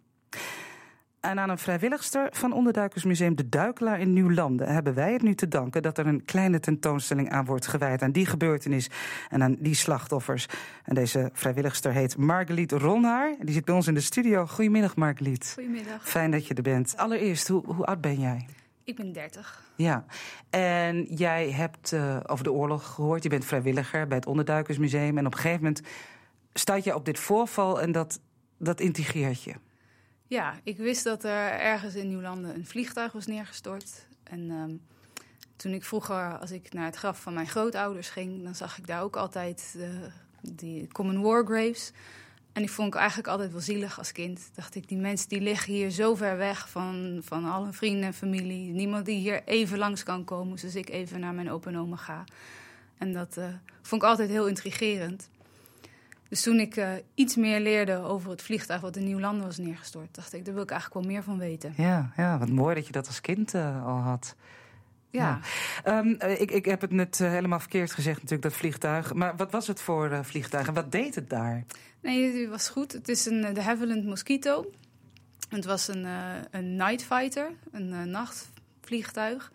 En aan een vrijwilligster van Onderduikersmuseum De Duikelaar in Nieuwlanden hebben wij het nu te danken dat er een kleine tentoonstelling aan wordt gewijd aan die gebeurtenis en aan die slachtoffers. En deze vrijwilligster heet Margeliet Ronhaar. Die zit bij ons in de studio. Goedemiddag, Margeliet. Goedemiddag. Fijn dat je er bent. Allereerst, hoe oud ben jij? Ik ben 30. Ja, en jij hebt over de oorlog gehoord. Je bent vrijwilliger bij het Onderduikersmuseum en op een gegeven moment stuit je op dit voorval en dat intrigeert je. Ja, ik wist dat er ergens in Nieuwlanden een vliegtuig was neergestort. En toen ik vroeger, als ik naar het graf van mijn grootouders ging, dan zag ik daar ook altijd die Common War Graves. En die vond ik eigenlijk altijd wel zielig als kind. Dacht ik, die mensen die liggen hier zo ver weg van alle vrienden en familie. Niemand die hier even langs kan komen, dus ik even naar mijn opa en oma ga. En dat vond ik altijd heel intrigerend. Dus toen ik iets meer leerde over het vliegtuig wat in Nieuwlanden was neergestort, dacht ik, daar wil ik eigenlijk wel meer van weten. Ja, wat mooi dat je dat als kind al had. Ja. Ik heb het net helemaal verkeerd gezegd natuurlijk, dat vliegtuig. Maar wat was het voor vliegtuig en wat deed het daar? Nee, het was goed. Het is de Havilland Mosquito. Het was een night fighter, een nachtvliegtuig.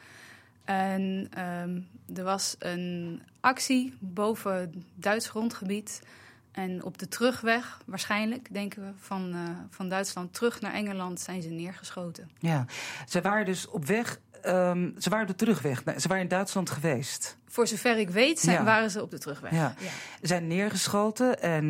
En er was een actie boven Duits grondgebied. En op de terugweg, waarschijnlijk, denken we, van Duitsland terug naar Engeland zijn ze neergeschoten. Ja, ze waren dus op weg, ze waren op de terugweg. Ze waren in Duitsland geweest. Voor zover ik weet waren ze op de terugweg. Ja. Ja. Ze zijn neergeschoten en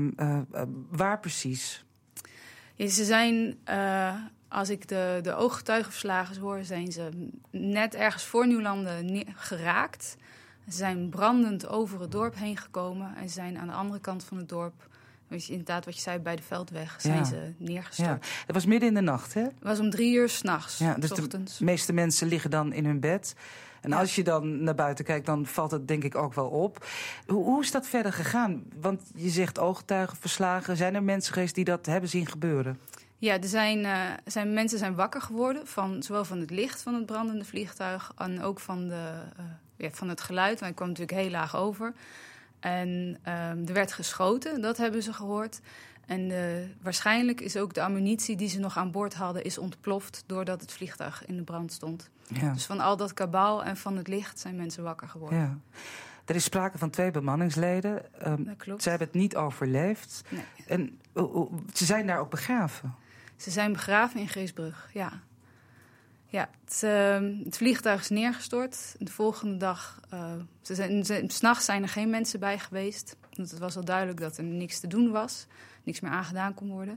waar precies? Ja, ze zijn, als ik de ooggetuigenverslagen hoor, zijn ze net ergens voor Nieuwlanden geraakt. Ze zijn brandend over het dorp heen gekomen en zijn aan de andere kant van het dorp Dus inderdaad, wat je zei, bij de Veldweg zijn ze neergestort. Ja. Het was midden in de nacht, hè? Het was om 3 uur 's nachts, dus 's ochtends. De meeste mensen liggen dan in hun bed. En als je dan naar buiten kijkt, dan valt het denk ik ook wel op. Hoe is dat verder gegaan? Want je zegt ooggetuigen, verslagen. Zijn er mensen geweest die dat hebben zien gebeuren? Ja, er mensen zijn wakker geworden, zowel van het licht van het brandende vliegtuig en ook van het geluid. Want hij kwam natuurlijk heel laag over. En er werd geschoten, dat hebben ze gehoord. En waarschijnlijk is ook de ammunitie die ze nog aan boord hadden, is ontploft doordat het vliegtuig in de brand stond. Ja. Dus van al dat kabaal en van het licht zijn mensen wakker geworden. Ja. Er is sprake van 2 bemanningsleden. Dat klopt. Ze hebben het niet overleefd. Nee. En ze zijn daar ook begraven. Ze zijn begraven in Geesbrug, ja. Ja, het vliegtuig is neergestort. De volgende dag, 's nachts zijn er geen mensen bij geweest. Want het was al duidelijk dat er niks te doen was. Niks meer aangedaan kon worden.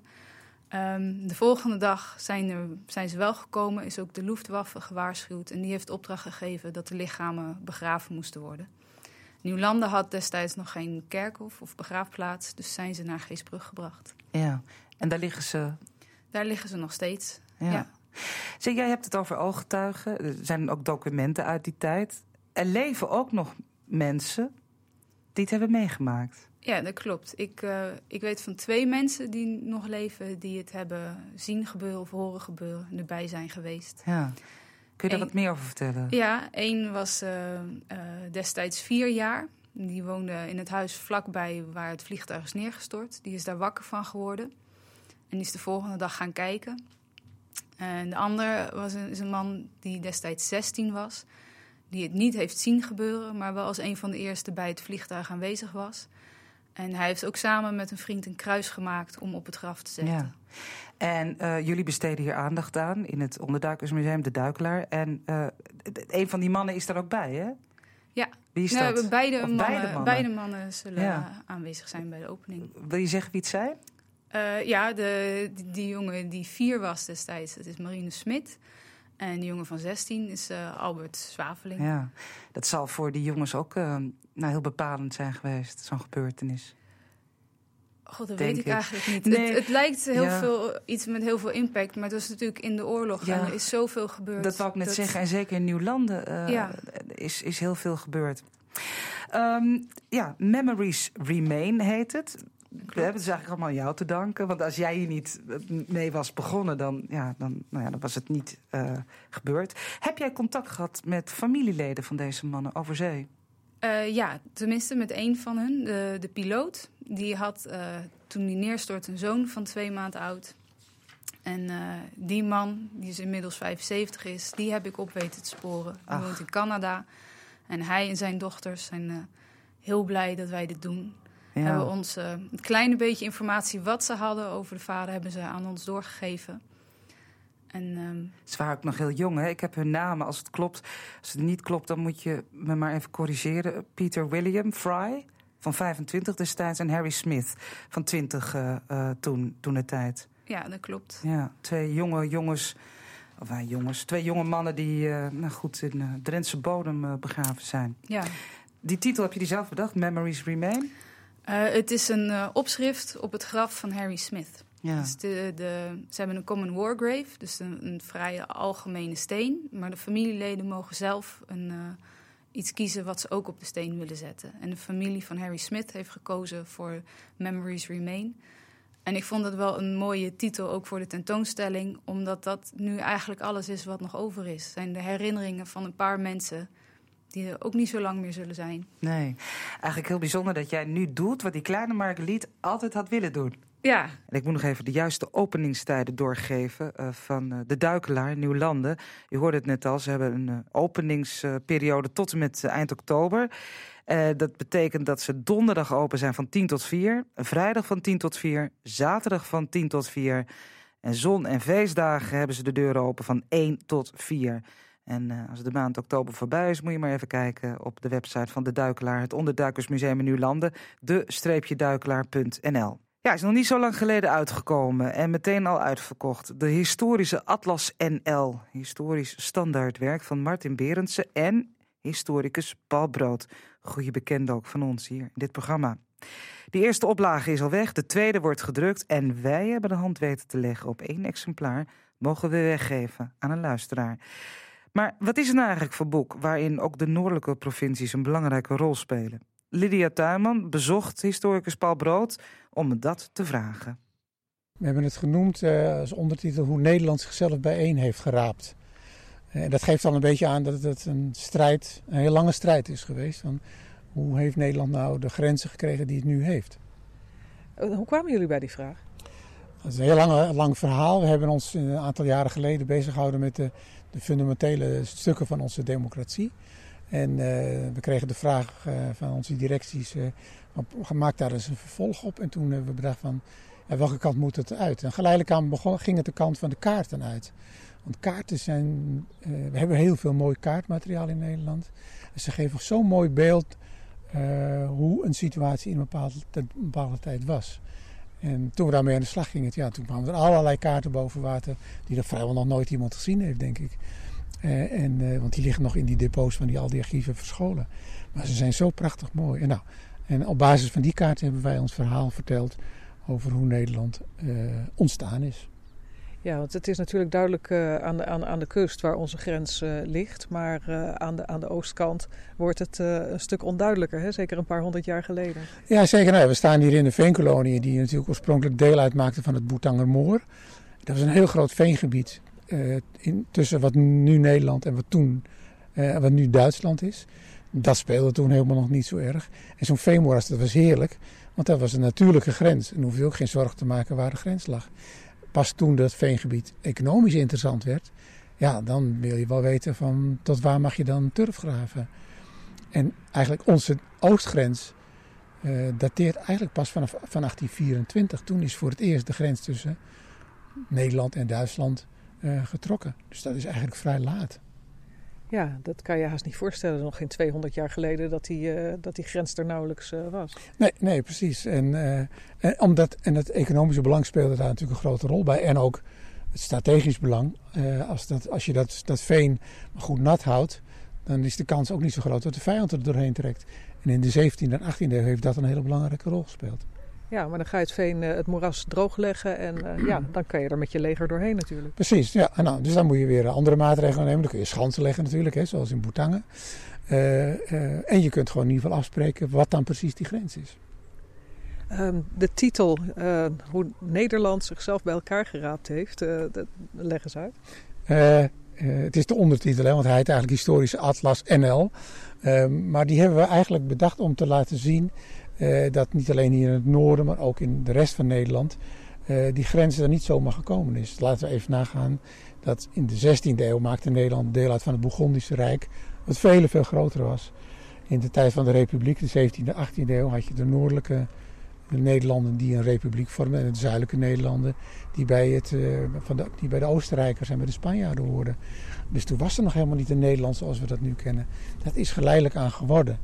De volgende dag zijn ze wel gekomen, is ook de Luftwaffe gewaarschuwd. En die heeft opdracht gegeven dat de lichamen begraven moesten worden. Nieuwlanden had destijds nog geen kerkhof of begraafplaats. Dus zijn ze naar Geesbrug gebracht. Ja, en daar liggen ze... Daar liggen ze nog steeds, ja. Zeg, jij hebt het over ooggetuigen. Er zijn ook documenten uit die tijd. Er leven ook nog mensen die het hebben meegemaakt. Ja, dat klopt. Ik weet van 2 mensen die nog leven, die het hebben zien gebeuren of horen gebeuren en erbij zijn geweest. Ja. Kun je daar wat meer over vertellen? Ja, 1 was destijds 4 jaar. Die woonde in het huis vlakbij waar het vliegtuig is neergestort. Die is daar wakker van geworden. En die is de volgende dag gaan kijken. En de ander is een man die destijds 16 was. Die het niet heeft zien gebeuren, maar wel als een van de eerste bij het vliegtuig aanwezig was. En hij heeft ook samen met een vriend een kruis gemaakt om op het graf te zetten. Ja. En jullie besteden hier aandacht aan in het Onderduikersmuseum De Duikelaar. En een van die mannen is daar ook bij, hè? Ja. Wie is dat? Beide mannen zullen aanwezig zijn bij de opening. Wil je zeggen wie het zijn? Die jongen die 4 was destijds, dat is Marine Smit. En die jongen van 16 is Albert Zwaveling. Ja, dat zal voor die jongens ook heel bepalend zijn geweest, zo'n gebeurtenis. God, dat weet ik eigenlijk niet. Nee. Het lijkt iets met heel veel impact, maar het was natuurlijk in de oorlog en er is zoveel gebeurd. Dat wou ik net zeggen. En zeker in Nieuwlanden is heel veel gebeurd. Memories Remain heet het. We hebben het dus eigenlijk allemaal aan jou te danken. Want als jij hier niet mee was begonnen, dan was het niet gebeurd. Heb jij contact gehad met familieleden van deze mannen over zee? Ja, tenminste met 1 van hun, de piloot. Die had toen die neerstort een zoon van 2 maanden oud. En die man, die is inmiddels 75 is, die heb ik op weten te sporen. Hij woont in Canada. En hij en zijn dochters zijn heel blij dat wij dit doen. Ja. Hebben ons een kleine beetje informatie wat ze hadden over de vader, hebben ze aan ons doorgegeven. En, ze waren ook nog heel jong, hè? Ik heb hun namen, als het klopt. Als het niet klopt, dan moet je me maar even corrigeren. Peter William Fry, van 25 destijds, en Harry Smith, van 20 toen de tijd. Ja, dat klopt. Ja, 2 jonge jongens, twee jonge mannen die in Drentse bodem begraven zijn. Ja. Die titel, heb je die zelf bedacht, Memories Remain? Het is een opschrift op het graf van Harry Smith. Ja. Dus ze hebben een common war grave, dus een vrij algemene steen. Maar de familieleden mogen zelf iets kiezen wat ze ook op de steen willen zetten. En de familie van Harry Smith heeft gekozen voor Memories Remain. En ik vond dat wel een mooie titel ook voor de tentoonstelling, omdat dat nu eigenlijk alles is wat nog over is. Het zijn de herinneringen van een paar mensen die er ook niet zo lang meer zullen zijn. Nee, eigenlijk heel bijzonder dat jij nu doet wat die kleine Marguerite altijd had willen doen. Ja. En ik moet nog even de juiste openingstijden doorgeven van de Duikelaar in Nieuwlanden. U hoorde het net al, ze hebben een openingsperiode tot en met eind oktober. Dat betekent dat ze donderdag open zijn van 10 tot 4, vrijdag van 10 tot 4, zaterdag van 10 tot 4... en zon- en feestdagen hebben ze de deuren open van 1 tot 4. En als de maand oktober voorbij is, moet je maar even kijken op de website van de Duikelaar, het Onderduikersmuseum in Nieuwlanden, de-duikelaar.nl. Ja, is nog niet zo lang geleden uitgekomen en meteen al uitverkocht. De historische Atlas NL, historisch standaardwerk van Martin Berendsen en historicus Paul Brood. Goeie bekende ook van ons hier in dit programma. Die eerste oplage is al weg, de tweede wordt gedrukt en wij hebben de hand weten te leggen op 1 exemplaar. Mogen we weggeven aan een luisteraar. Maar wat is het nou eigenlijk voor boek waarin ook de noordelijke provincies een belangrijke rol spelen? Lydia Tuinman bezocht historicus Paul Brood om dat te vragen. We hebben het genoemd als ondertitel hoe Nederland zichzelf bijeen heeft geraapt. En dat geeft al een beetje aan dat het een heel lange strijd is geweest. Van hoe heeft Nederland nou de grenzen gekregen die het nu heeft? Hoe kwamen jullie bij die vraag? Dat is een heel lang verhaal. We hebben ons een aantal jaren geleden bezig gehouden met de fundamentele stukken van onze democratie. En we kregen de vraag van onze directies, maak daar eens een vervolg op. En toen hebben we bedacht van, welke kant moet het uit? En geleidelijk ging het de kant van de kaarten uit. Want kaarten we hebben heel veel mooi kaartmateriaal in Nederland. En ze geven zo'n mooi beeld hoe een situatie in een bepaalde tijd was. En toen we daarmee aan de slag gingen, toen kwamen er allerlei kaarten boven water die er vrijwel nog nooit iemand gezien heeft, denk ik. Want die liggen nog in die depots van al die archieven verscholen. Maar ze zijn zo prachtig mooi. En op basis van die kaarten hebben wij ons verhaal verteld over hoe Nederland ontstaan is. Ja, want het is natuurlijk duidelijk aan de kust waar onze grens ligt. Maar aan de oostkant wordt het een stuk onduidelijker, hè? Zeker een paar 100 jaar geleden. Ja, zeker. We staan hier in de veenkoloniën die natuurlijk oorspronkelijk deel uitmaakten van het Bourtangermoor. Dat was een heel groot veengebied tussen wat nu Nederland en wat nu Duitsland is. Dat speelde toen helemaal nog niet zo erg. En zo'n veenmoeras, dat was heerlijk, want dat was een natuurlijke grens. En hoefde je ook geen zorgen te maken waar de grens lag. Pas toen dat veengebied economisch interessant werd, dan wil je wel weten van tot waar mag je dan turf graven. En eigenlijk onze oostgrens dateert eigenlijk pas van 1824. Toen is voor het eerst de grens tussen Nederland en Duitsland getrokken. Dus dat is eigenlijk vrij laat. Ja, dat kan je haast niet voorstellen. Nog geen 200 jaar geleden dat die grens er nauwelijks was. Nee, precies. En het economische belang speelde daar natuurlijk een grote rol bij. En ook het strategisch belang. Als je dat veen goed nat houdt, dan is de kans ook niet zo groot dat de vijand er doorheen trekt. En in de 17e en 18e eeuw heeft dat een hele belangrijke rol gespeeld. Ja, maar dan ga je het veen, het moeras droogleggen en dan kan je er met je leger doorheen natuurlijk. Precies, ja. Dus dan moet je weer andere maatregelen nemen. Dan kun je schansen leggen natuurlijk, hè, zoals in Bourtangen. En je kunt gewoon in ieder geval afspreken wat dan precies die grens is. De titel, hoe Nederland zichzelf bij elkaar geraapt heeft, leg eens uit. Het is de ondertitel, hè, want hij heet eigenlijk Historische Atlas NL. Maar die hebben we eigenlijk bedacht om te laten zien dat niet alleen hier in het noorden, maar ook in de rest van Nederland die grens er niet zomaar gekomen is. Laten we even nagaan dat in de 16e eeuw maakte Nederland deel uit van het Bourgondische Rijk, wat veel groter was. In de tijd van de Republiek, de 17e, 18e eeuw, had je de noordelijke Nederlanden die een republiek vormden en de zuidelijke Nederlanden die bij de Oostenrijkers en bij de Spanjaarden hoorden. Dus toen was er nog helemaal niet een Nederland zoals we dat nu kennen. Dat is geleidelijk aan geworden.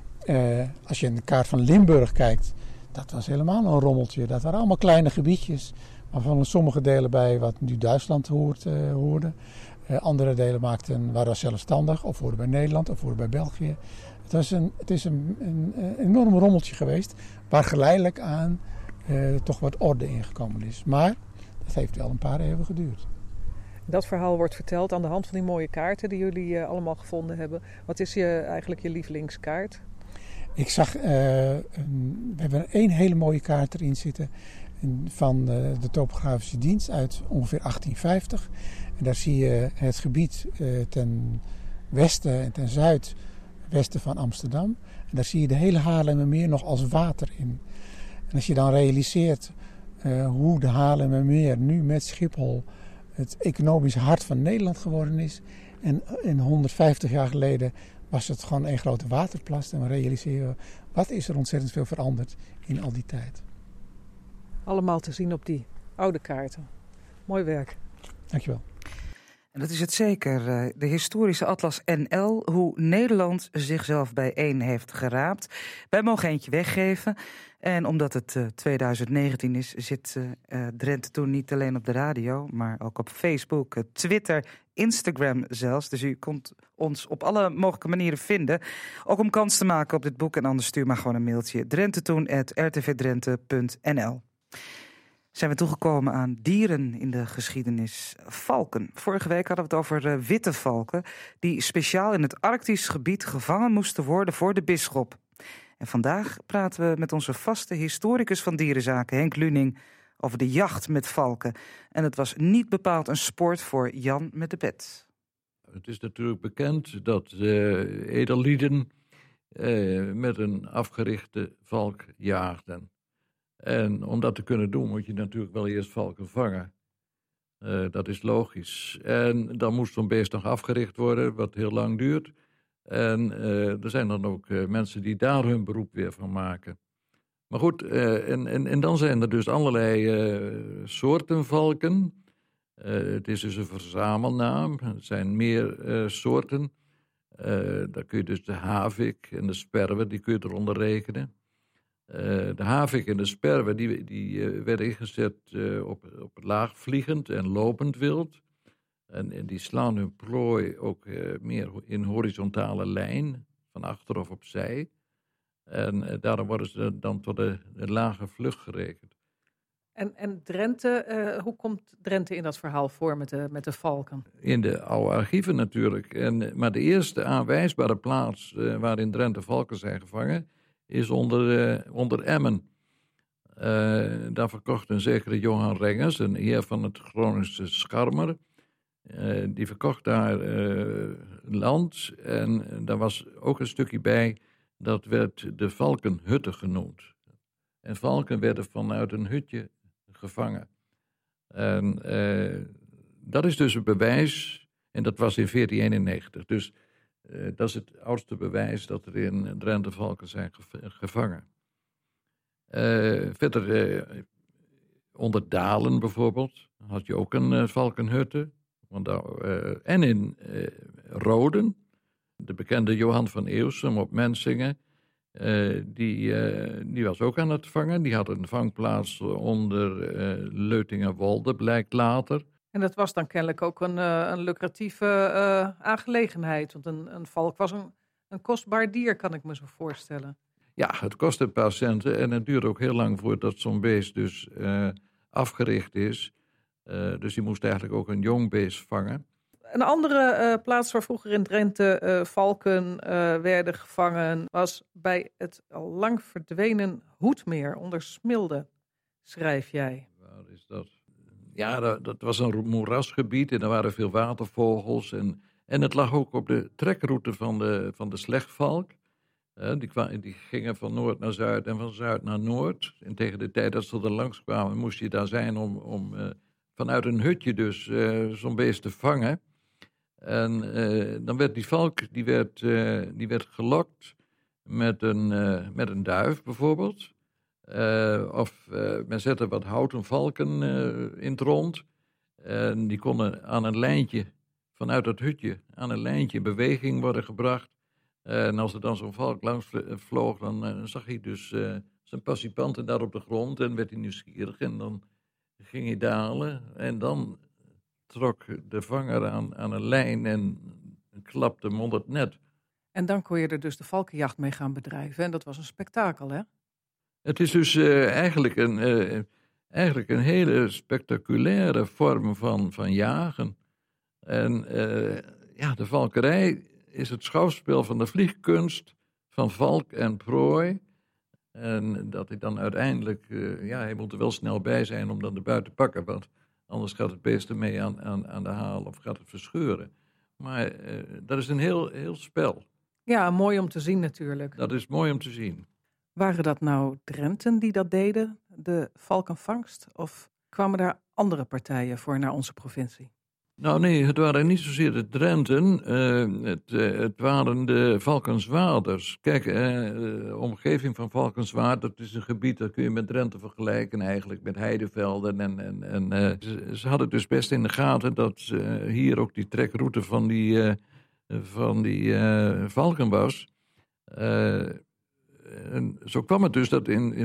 Als je in de kaart van Limburg kijkt, dat was helemaal een rommeltje. Dat waren allemaal kleine gebiedjes, waarvan sommige delen bij wat nu Duitsland hoorden. Andere delen waren zelfstandig, of hoorden bij Nederland, of hoorden bij België. Het is een enorm rommeltje geweest, waar geleidelijk aan toch wat orde ingekomen is. Maar dat heeft wel een paar eeuwen geduurd. Dat verhaal wordt verteld aan de hand van die mooie kaarten die jullie allemaal gevonden hebben. Wat is eigenlijk je lievelingskaart? Ik zag, we hebben één hele mooie kaart erin zitten van de topografische dienst uit ongeveer 1850. En daar zie je het gebied ten westen en ten zuidwesten van Amsterdam. En daar zie je de hele Haarlemmermeer nog als water in. En als je dan realiseert hoe de Haarlemmermeer nu met Schiphol het economische hart van Nederland geworden is. En 150 jaar geleden was het gewoon één grote waterplas. En we realiseren, wat is er ontzettend veel veranderd in al die tijd. Allemaal te zien op die oude kaarten. Mooi werk. Dankjewel. En dat is het zeker. De historische atlas NL, hoe Nederland zichzelf bijeen heeft geraapt. Wij mogen eentje weggeven. En omdat het 2019 is, zit Drenthe Toen niet alleen op de radio, maar ook op Facebook, Twitter, Instagram zelfs. Dus u kunt ons op alle mogelijke manieren vinden. Ook om kans te maken op dit boek. En anders stuur maar gewoon een mailtje. drentetoen@rtvdrenthe.nl. Zijn we toegekomen aan dieren in de geschiedenis. Valken. Vorige week hadden we het over witte valken die speciaal in het Arktisch gebied gevangen moesten worden voor de bisschop. En vandaag praten we met onze vaste historicus van dierenzaken, Henk Luning, over de jacht met valken. En het was niet bepaald een sport voor Jan met de pet. Het is natuurlijk bekend dat edellieden met een afgerichte valk jaagden. En om dat te kunnen doen moet je natuurlijk wel eerst valken vangen. Dat is logisch. En dan moest zo'n beest nog afgericht worden, wat heel lang duurt. En er zijn dan ook mensen die daar hun beroep weer van maken. Maar goed, en dan zijn er dus allerlei soorten valken. Het is dus een verzamelnaam. Er zijn meer soorten. Daar kun je dus de havik en de sperwer, die kun je eronder rekenen. De havik en de sperwer die werden ingezet op laagvliegend en lopend wild. En die slaan hun prooi ook meer in horizontale lijn, van achter of opzij. En daarom worden ze dan tot de lage vlucht gerekend. En Drenthe, hoe komt Drenthe in dat verhaal voor met de valken? In de oude archieven natuurlijk. Maar de eerste aanwijsbare plaats waarin Drenthe valken zijn gevangen is onder Emmen. Daar verkocht een zekere Johan Rengers, een heer van het Groningse Scharmer. Die verkocht daar land en daar was ook een stukje bij, dat werd de valkenhutte genoemd. En valken werden vanuit een hutje gevangen. En dat is dus een bewijs, en dat was in 1491. Dus dat is het oudste bewijs dat er in Drenthe valken zijn gevangen. Verder onder Dalen bijvoorbeeld had je ook een valkenhutte. En in Roden, de bekende Johan van Eeuwsum op Mensingen, die was ook aan het vangen. Die had een vangplaats onder Leutingerwolde, blijkt later. En dat was dan kennelijk ook een lucratieve aangelegenheid. Want een valk was een kostbaar dier, kan ik me zo voorstellen. Ja, het kost een paar centen en het duurt ook heel lang voordat zo'n beest dus afgericht is. Dus je moest eigenlijk ook een jong beest vangen. Een andere plaats waar vroeger in Drenthe valken werden gevangen was bij het al lang verdwenen Hoedmeer onder Smilde, schrijf jij. Waar is dat? Ja, dat was een moerasgebied en er waren veel watervogels. En het lag ook op de trekroute van de slechtvalk. Die gingen van noord naar zuid en van zuid naar noord. En tegen de tijd dat ze er langskwamen moest je daar zijn om vanuit een hutje dus zo'n beest te vangen. En dan werd die valk die werd gelokt met een duif bijvoorbeeld. Of men zette wat houten valken in het rond. En die konden aan een lijntje, vanuit dat hutje, aan een lijntje in beweging worden gebracht. En als er dan zo'n valk langs vloog, dan zag hij dus zijn passiepanten daar op de grond. En werd hij nieuwsgierig en dan ging hij dalen. En dan trok de vanger aan een lijn en klapte hem onder het net. En dan kon je er dus de valkenjacht mee gaan bedrijven. En dat was een spektakel, hè? Het is dus eigenlijk een hele spectaculaire vorm van jagen. En de valkerij is het schouwspel van de vliegkunst van valk en prooi. En dat hij dan uiteindelijk, hij moet er wel snel bij zijn om dan de buit te pakken. Want anders gaat het beest ermee aan de haal of gaat het verscheuren. Maar dat is een heel spel. Ja, mooi om te zien natuurlijk. Dat is mooi om te zien. Waren dat nou Drenten die dat deden, de valkenvangst? Of kwamen daar andere partijen voor naar onze provincie? Nou nee, het waren niet zozeer de Drenten, het waren de Valkenswaarders. Kijk, de omgeving van Valkenswaard, dat is een gebied dat kun je met Drenthe vergelijken eigenlijk, met heidevelden. En ze hadden dus best in de gaten dat hier ook die trekroute van die valken was. En zo kwam het dus dat in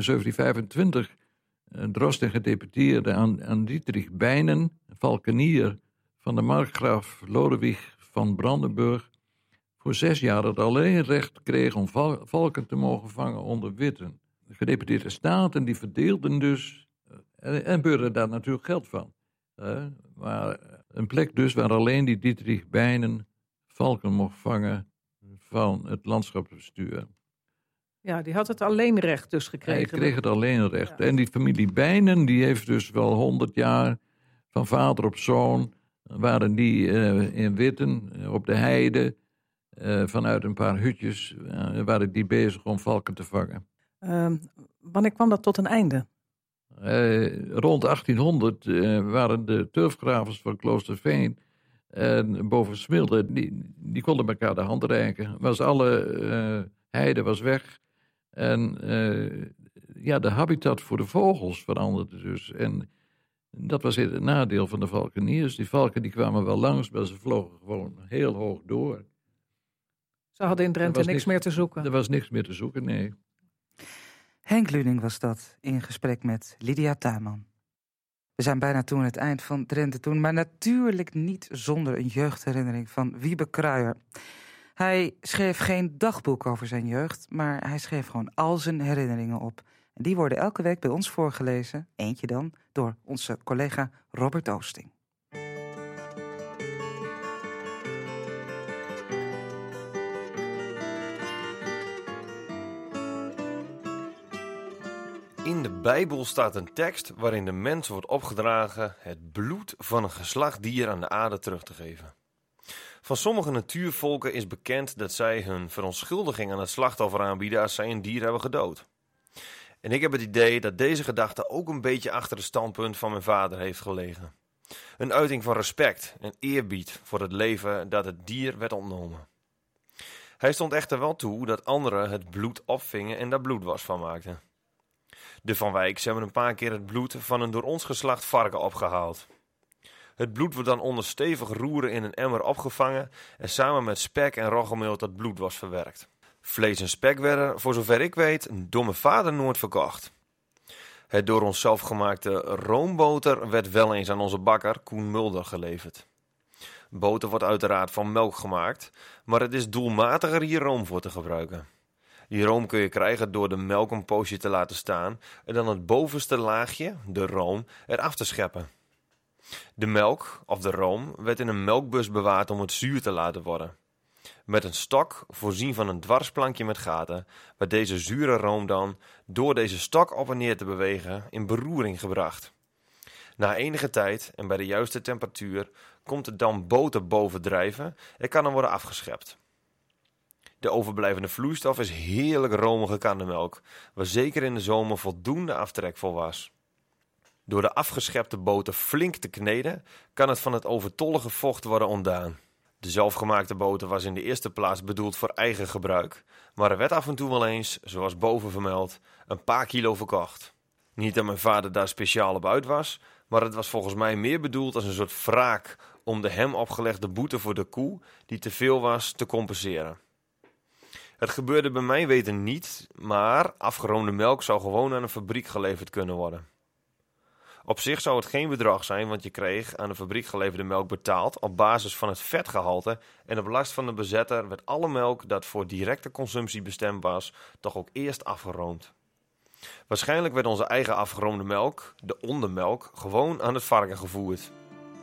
1725 Drost en gedeputeerde aan Dietrich Bijnen, valkenier van de markgraaf Lodewijk van Brandenburg voor 6 jaar het alleenrecht kreeg om valken te mogen vangen onder witten. De gedeputeerde staten die verdeelden dus en beurden daar natuurlijk geld van. Maar een plek dus waar alleen die Dietrich Bijnen valken mocht vangen van het landschapsbestuur. Ja, die had het alleenrecht dus gekregen. Hij kreeg het alleenrecht. Ja. En die familie Bijnen, die heeft dus wel 100 jaar van vader op zoon, waren die in Witten, op de heide, vanuit een paar hutjes, waren die bezig om valken te vangen. Wanneer kwam dat tot een einde? Rond 1800 waren de turfgravers van Kloosterveen en boven Smilde, die konden elkaar de hand reiken. Alle heide was weg. En de habitat voor de vogels veranderde dus. En dat was het nadeel van de valkeniers. Die valken die kwamen wel langs, maar ze vlogen gewoon heel hoog door. Ze hadden in Drenthe niks meer te zoeken. Er was niks meer te zoeken, nee. Henk Luning was dat, in gesprek met Lydia Tuinman. We zijn bijna toe aan het eind van Drenthe Toen, maar natuurlijk niet zonder een jeugdherinnering van Wiebe Kruijer. Hij schreef geen dagboek over zijn jeugd, maar hij schreef gewoon al zijn herinneringen op. En die worden elke week bij ons voorgelezen, eentje dan, door onze collega Robert Oosting. In de Bijbel staat een tekst waarin de mens wordt opgedragen het bloed van een geslacht dier aan de aarde terug te geven. Van sommige natuurvolken is bekend dat zij hun verontschuldiging aan het slachtoffer aanbieden als zij een dier hebben gedood. En ik heb het idee dat deze gedachte ook een beetje achter het standpunt van mijn vader heeft gelegen. Een uiting van respect en eerbied voor het leven dat het dier werd ontnomen. Hij stond echter wel toe dat anderen het bloed opvingen en daar bloedwas van maakten. De Van Wijks hebben een paar keer het bloed van een door ons geslacht varken opgehaald. Het bloed wordt dan onder stevig roeren in een emmer opgevangen en samen met spek en roggemeel dat bloed was verwerkt. Vlees en spek werden, voor zover ik weet, door mijn vader nooit verkocht. Het door onszelf gemaakte roomboter werd wel eens aan onze bakker Koen Mulder geleverd. Boter wordt uiteraard van melk gemaakt, maar het is doelmatiger hier room voor te gebruiken. Die room kun je krijgen door de melk een poosje te laten staan en dan het bovenste laagje, de room, eraf te scheppen. De melk, of de room, werd in een melkbus bewaard om het zuur te laten worden. Met een stok, voorzien van een dwarsplankje met gaten, werd deze zure room dan, door deze stok op en neer te bewegen, in beroering gebracht. Na enige tijd, en bij de juiste temperatuur, komt er dan boter bovendrijven en kan dan worden afgeschept. De overblijvende vloeistof is heerlijk romige kannemelk, waar zeker in de zomer voldoende aftrek voor was. Door de afgeschepte boter flink te kneden, kan het van het overtollige vocht worden ontdaan. De zelfgemaakte boter was in de eerste plaats bedoeld voor eigen gebruik, maar er werd af en toe wel eens, zoals boven vermeld, een paar kilo verkocht. Niet dat mijn vader daar speciaal op uit was, maar het was volgens mij meer bedoeld als een soort wraak om de hem opgelegde boete voor de koe, die te veel was, te compenseren. Het gebeurde bij mijn weten niet, maar afgeroomde melk zou gewoon aan een fabriek geleverd kunnen worden. Op zich zou het geen bedrag zijn, want je kreeg aan de fabriek geleverde melk betaald op basis van het vetgehalte en op last van de bezetter werd alle melk dat voor directe consumptie bestemd was, toch ook eerst afgeroomd. Waarschijnlijk werd onze eigen afgeroomde melk, de ondermelk, gewoon aan het varken gevoerd.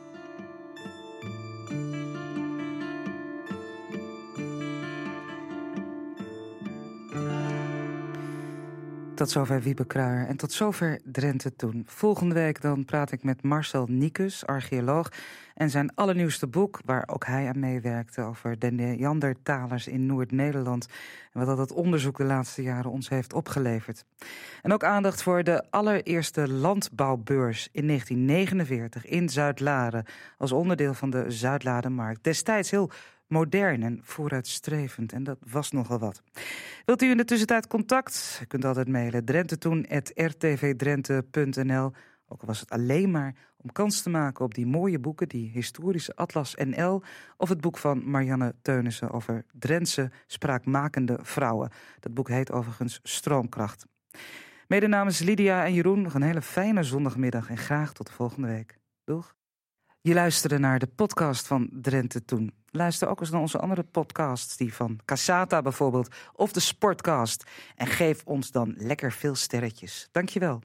Tot zover Wiebe Kruijer en tot zover Drenthe Toen. Volgende week dan praat ik met Marcel Niekus, archeoloog, en zijn allernieuwste boek, waar ook hij aan meewerkte, over de Neandertalers in Noord-Nederland en wat dat onderzoek de laatste jaren ons heeft opgeleverd. En ook aandacht voor de allereerste landbouwbeurs in 1949 in Zuidlaren, als onderdeel van de Zuidlarenmarkt. Destijds heel modern en vooruitstrevend. En dat was nogal wat. Wilt u in de tussentijd contact? U kunt altijd mailen drentetoen@rtvdrenthe.nl. Ook al was het alleen maar om kans te maken op die mooie boeken, die historische Atlas NL, of het boek van Marianne Teunissen over Drentse spraakmakende vrouwen. Dat boek heet overigens Stroomkracht. Mede namens Lydia en Jeroen nog een hele fijne zondagmiddag en graag tot de volgende week. Doeg! Je luisterde naar de podcast van Drenthe Toen. Luister ook eens naar onze andere podcasts, die van Cassata bijvoorbeeld, of de Sportcast. En geef ons dan lekker veel sterretjes. Dankjewel.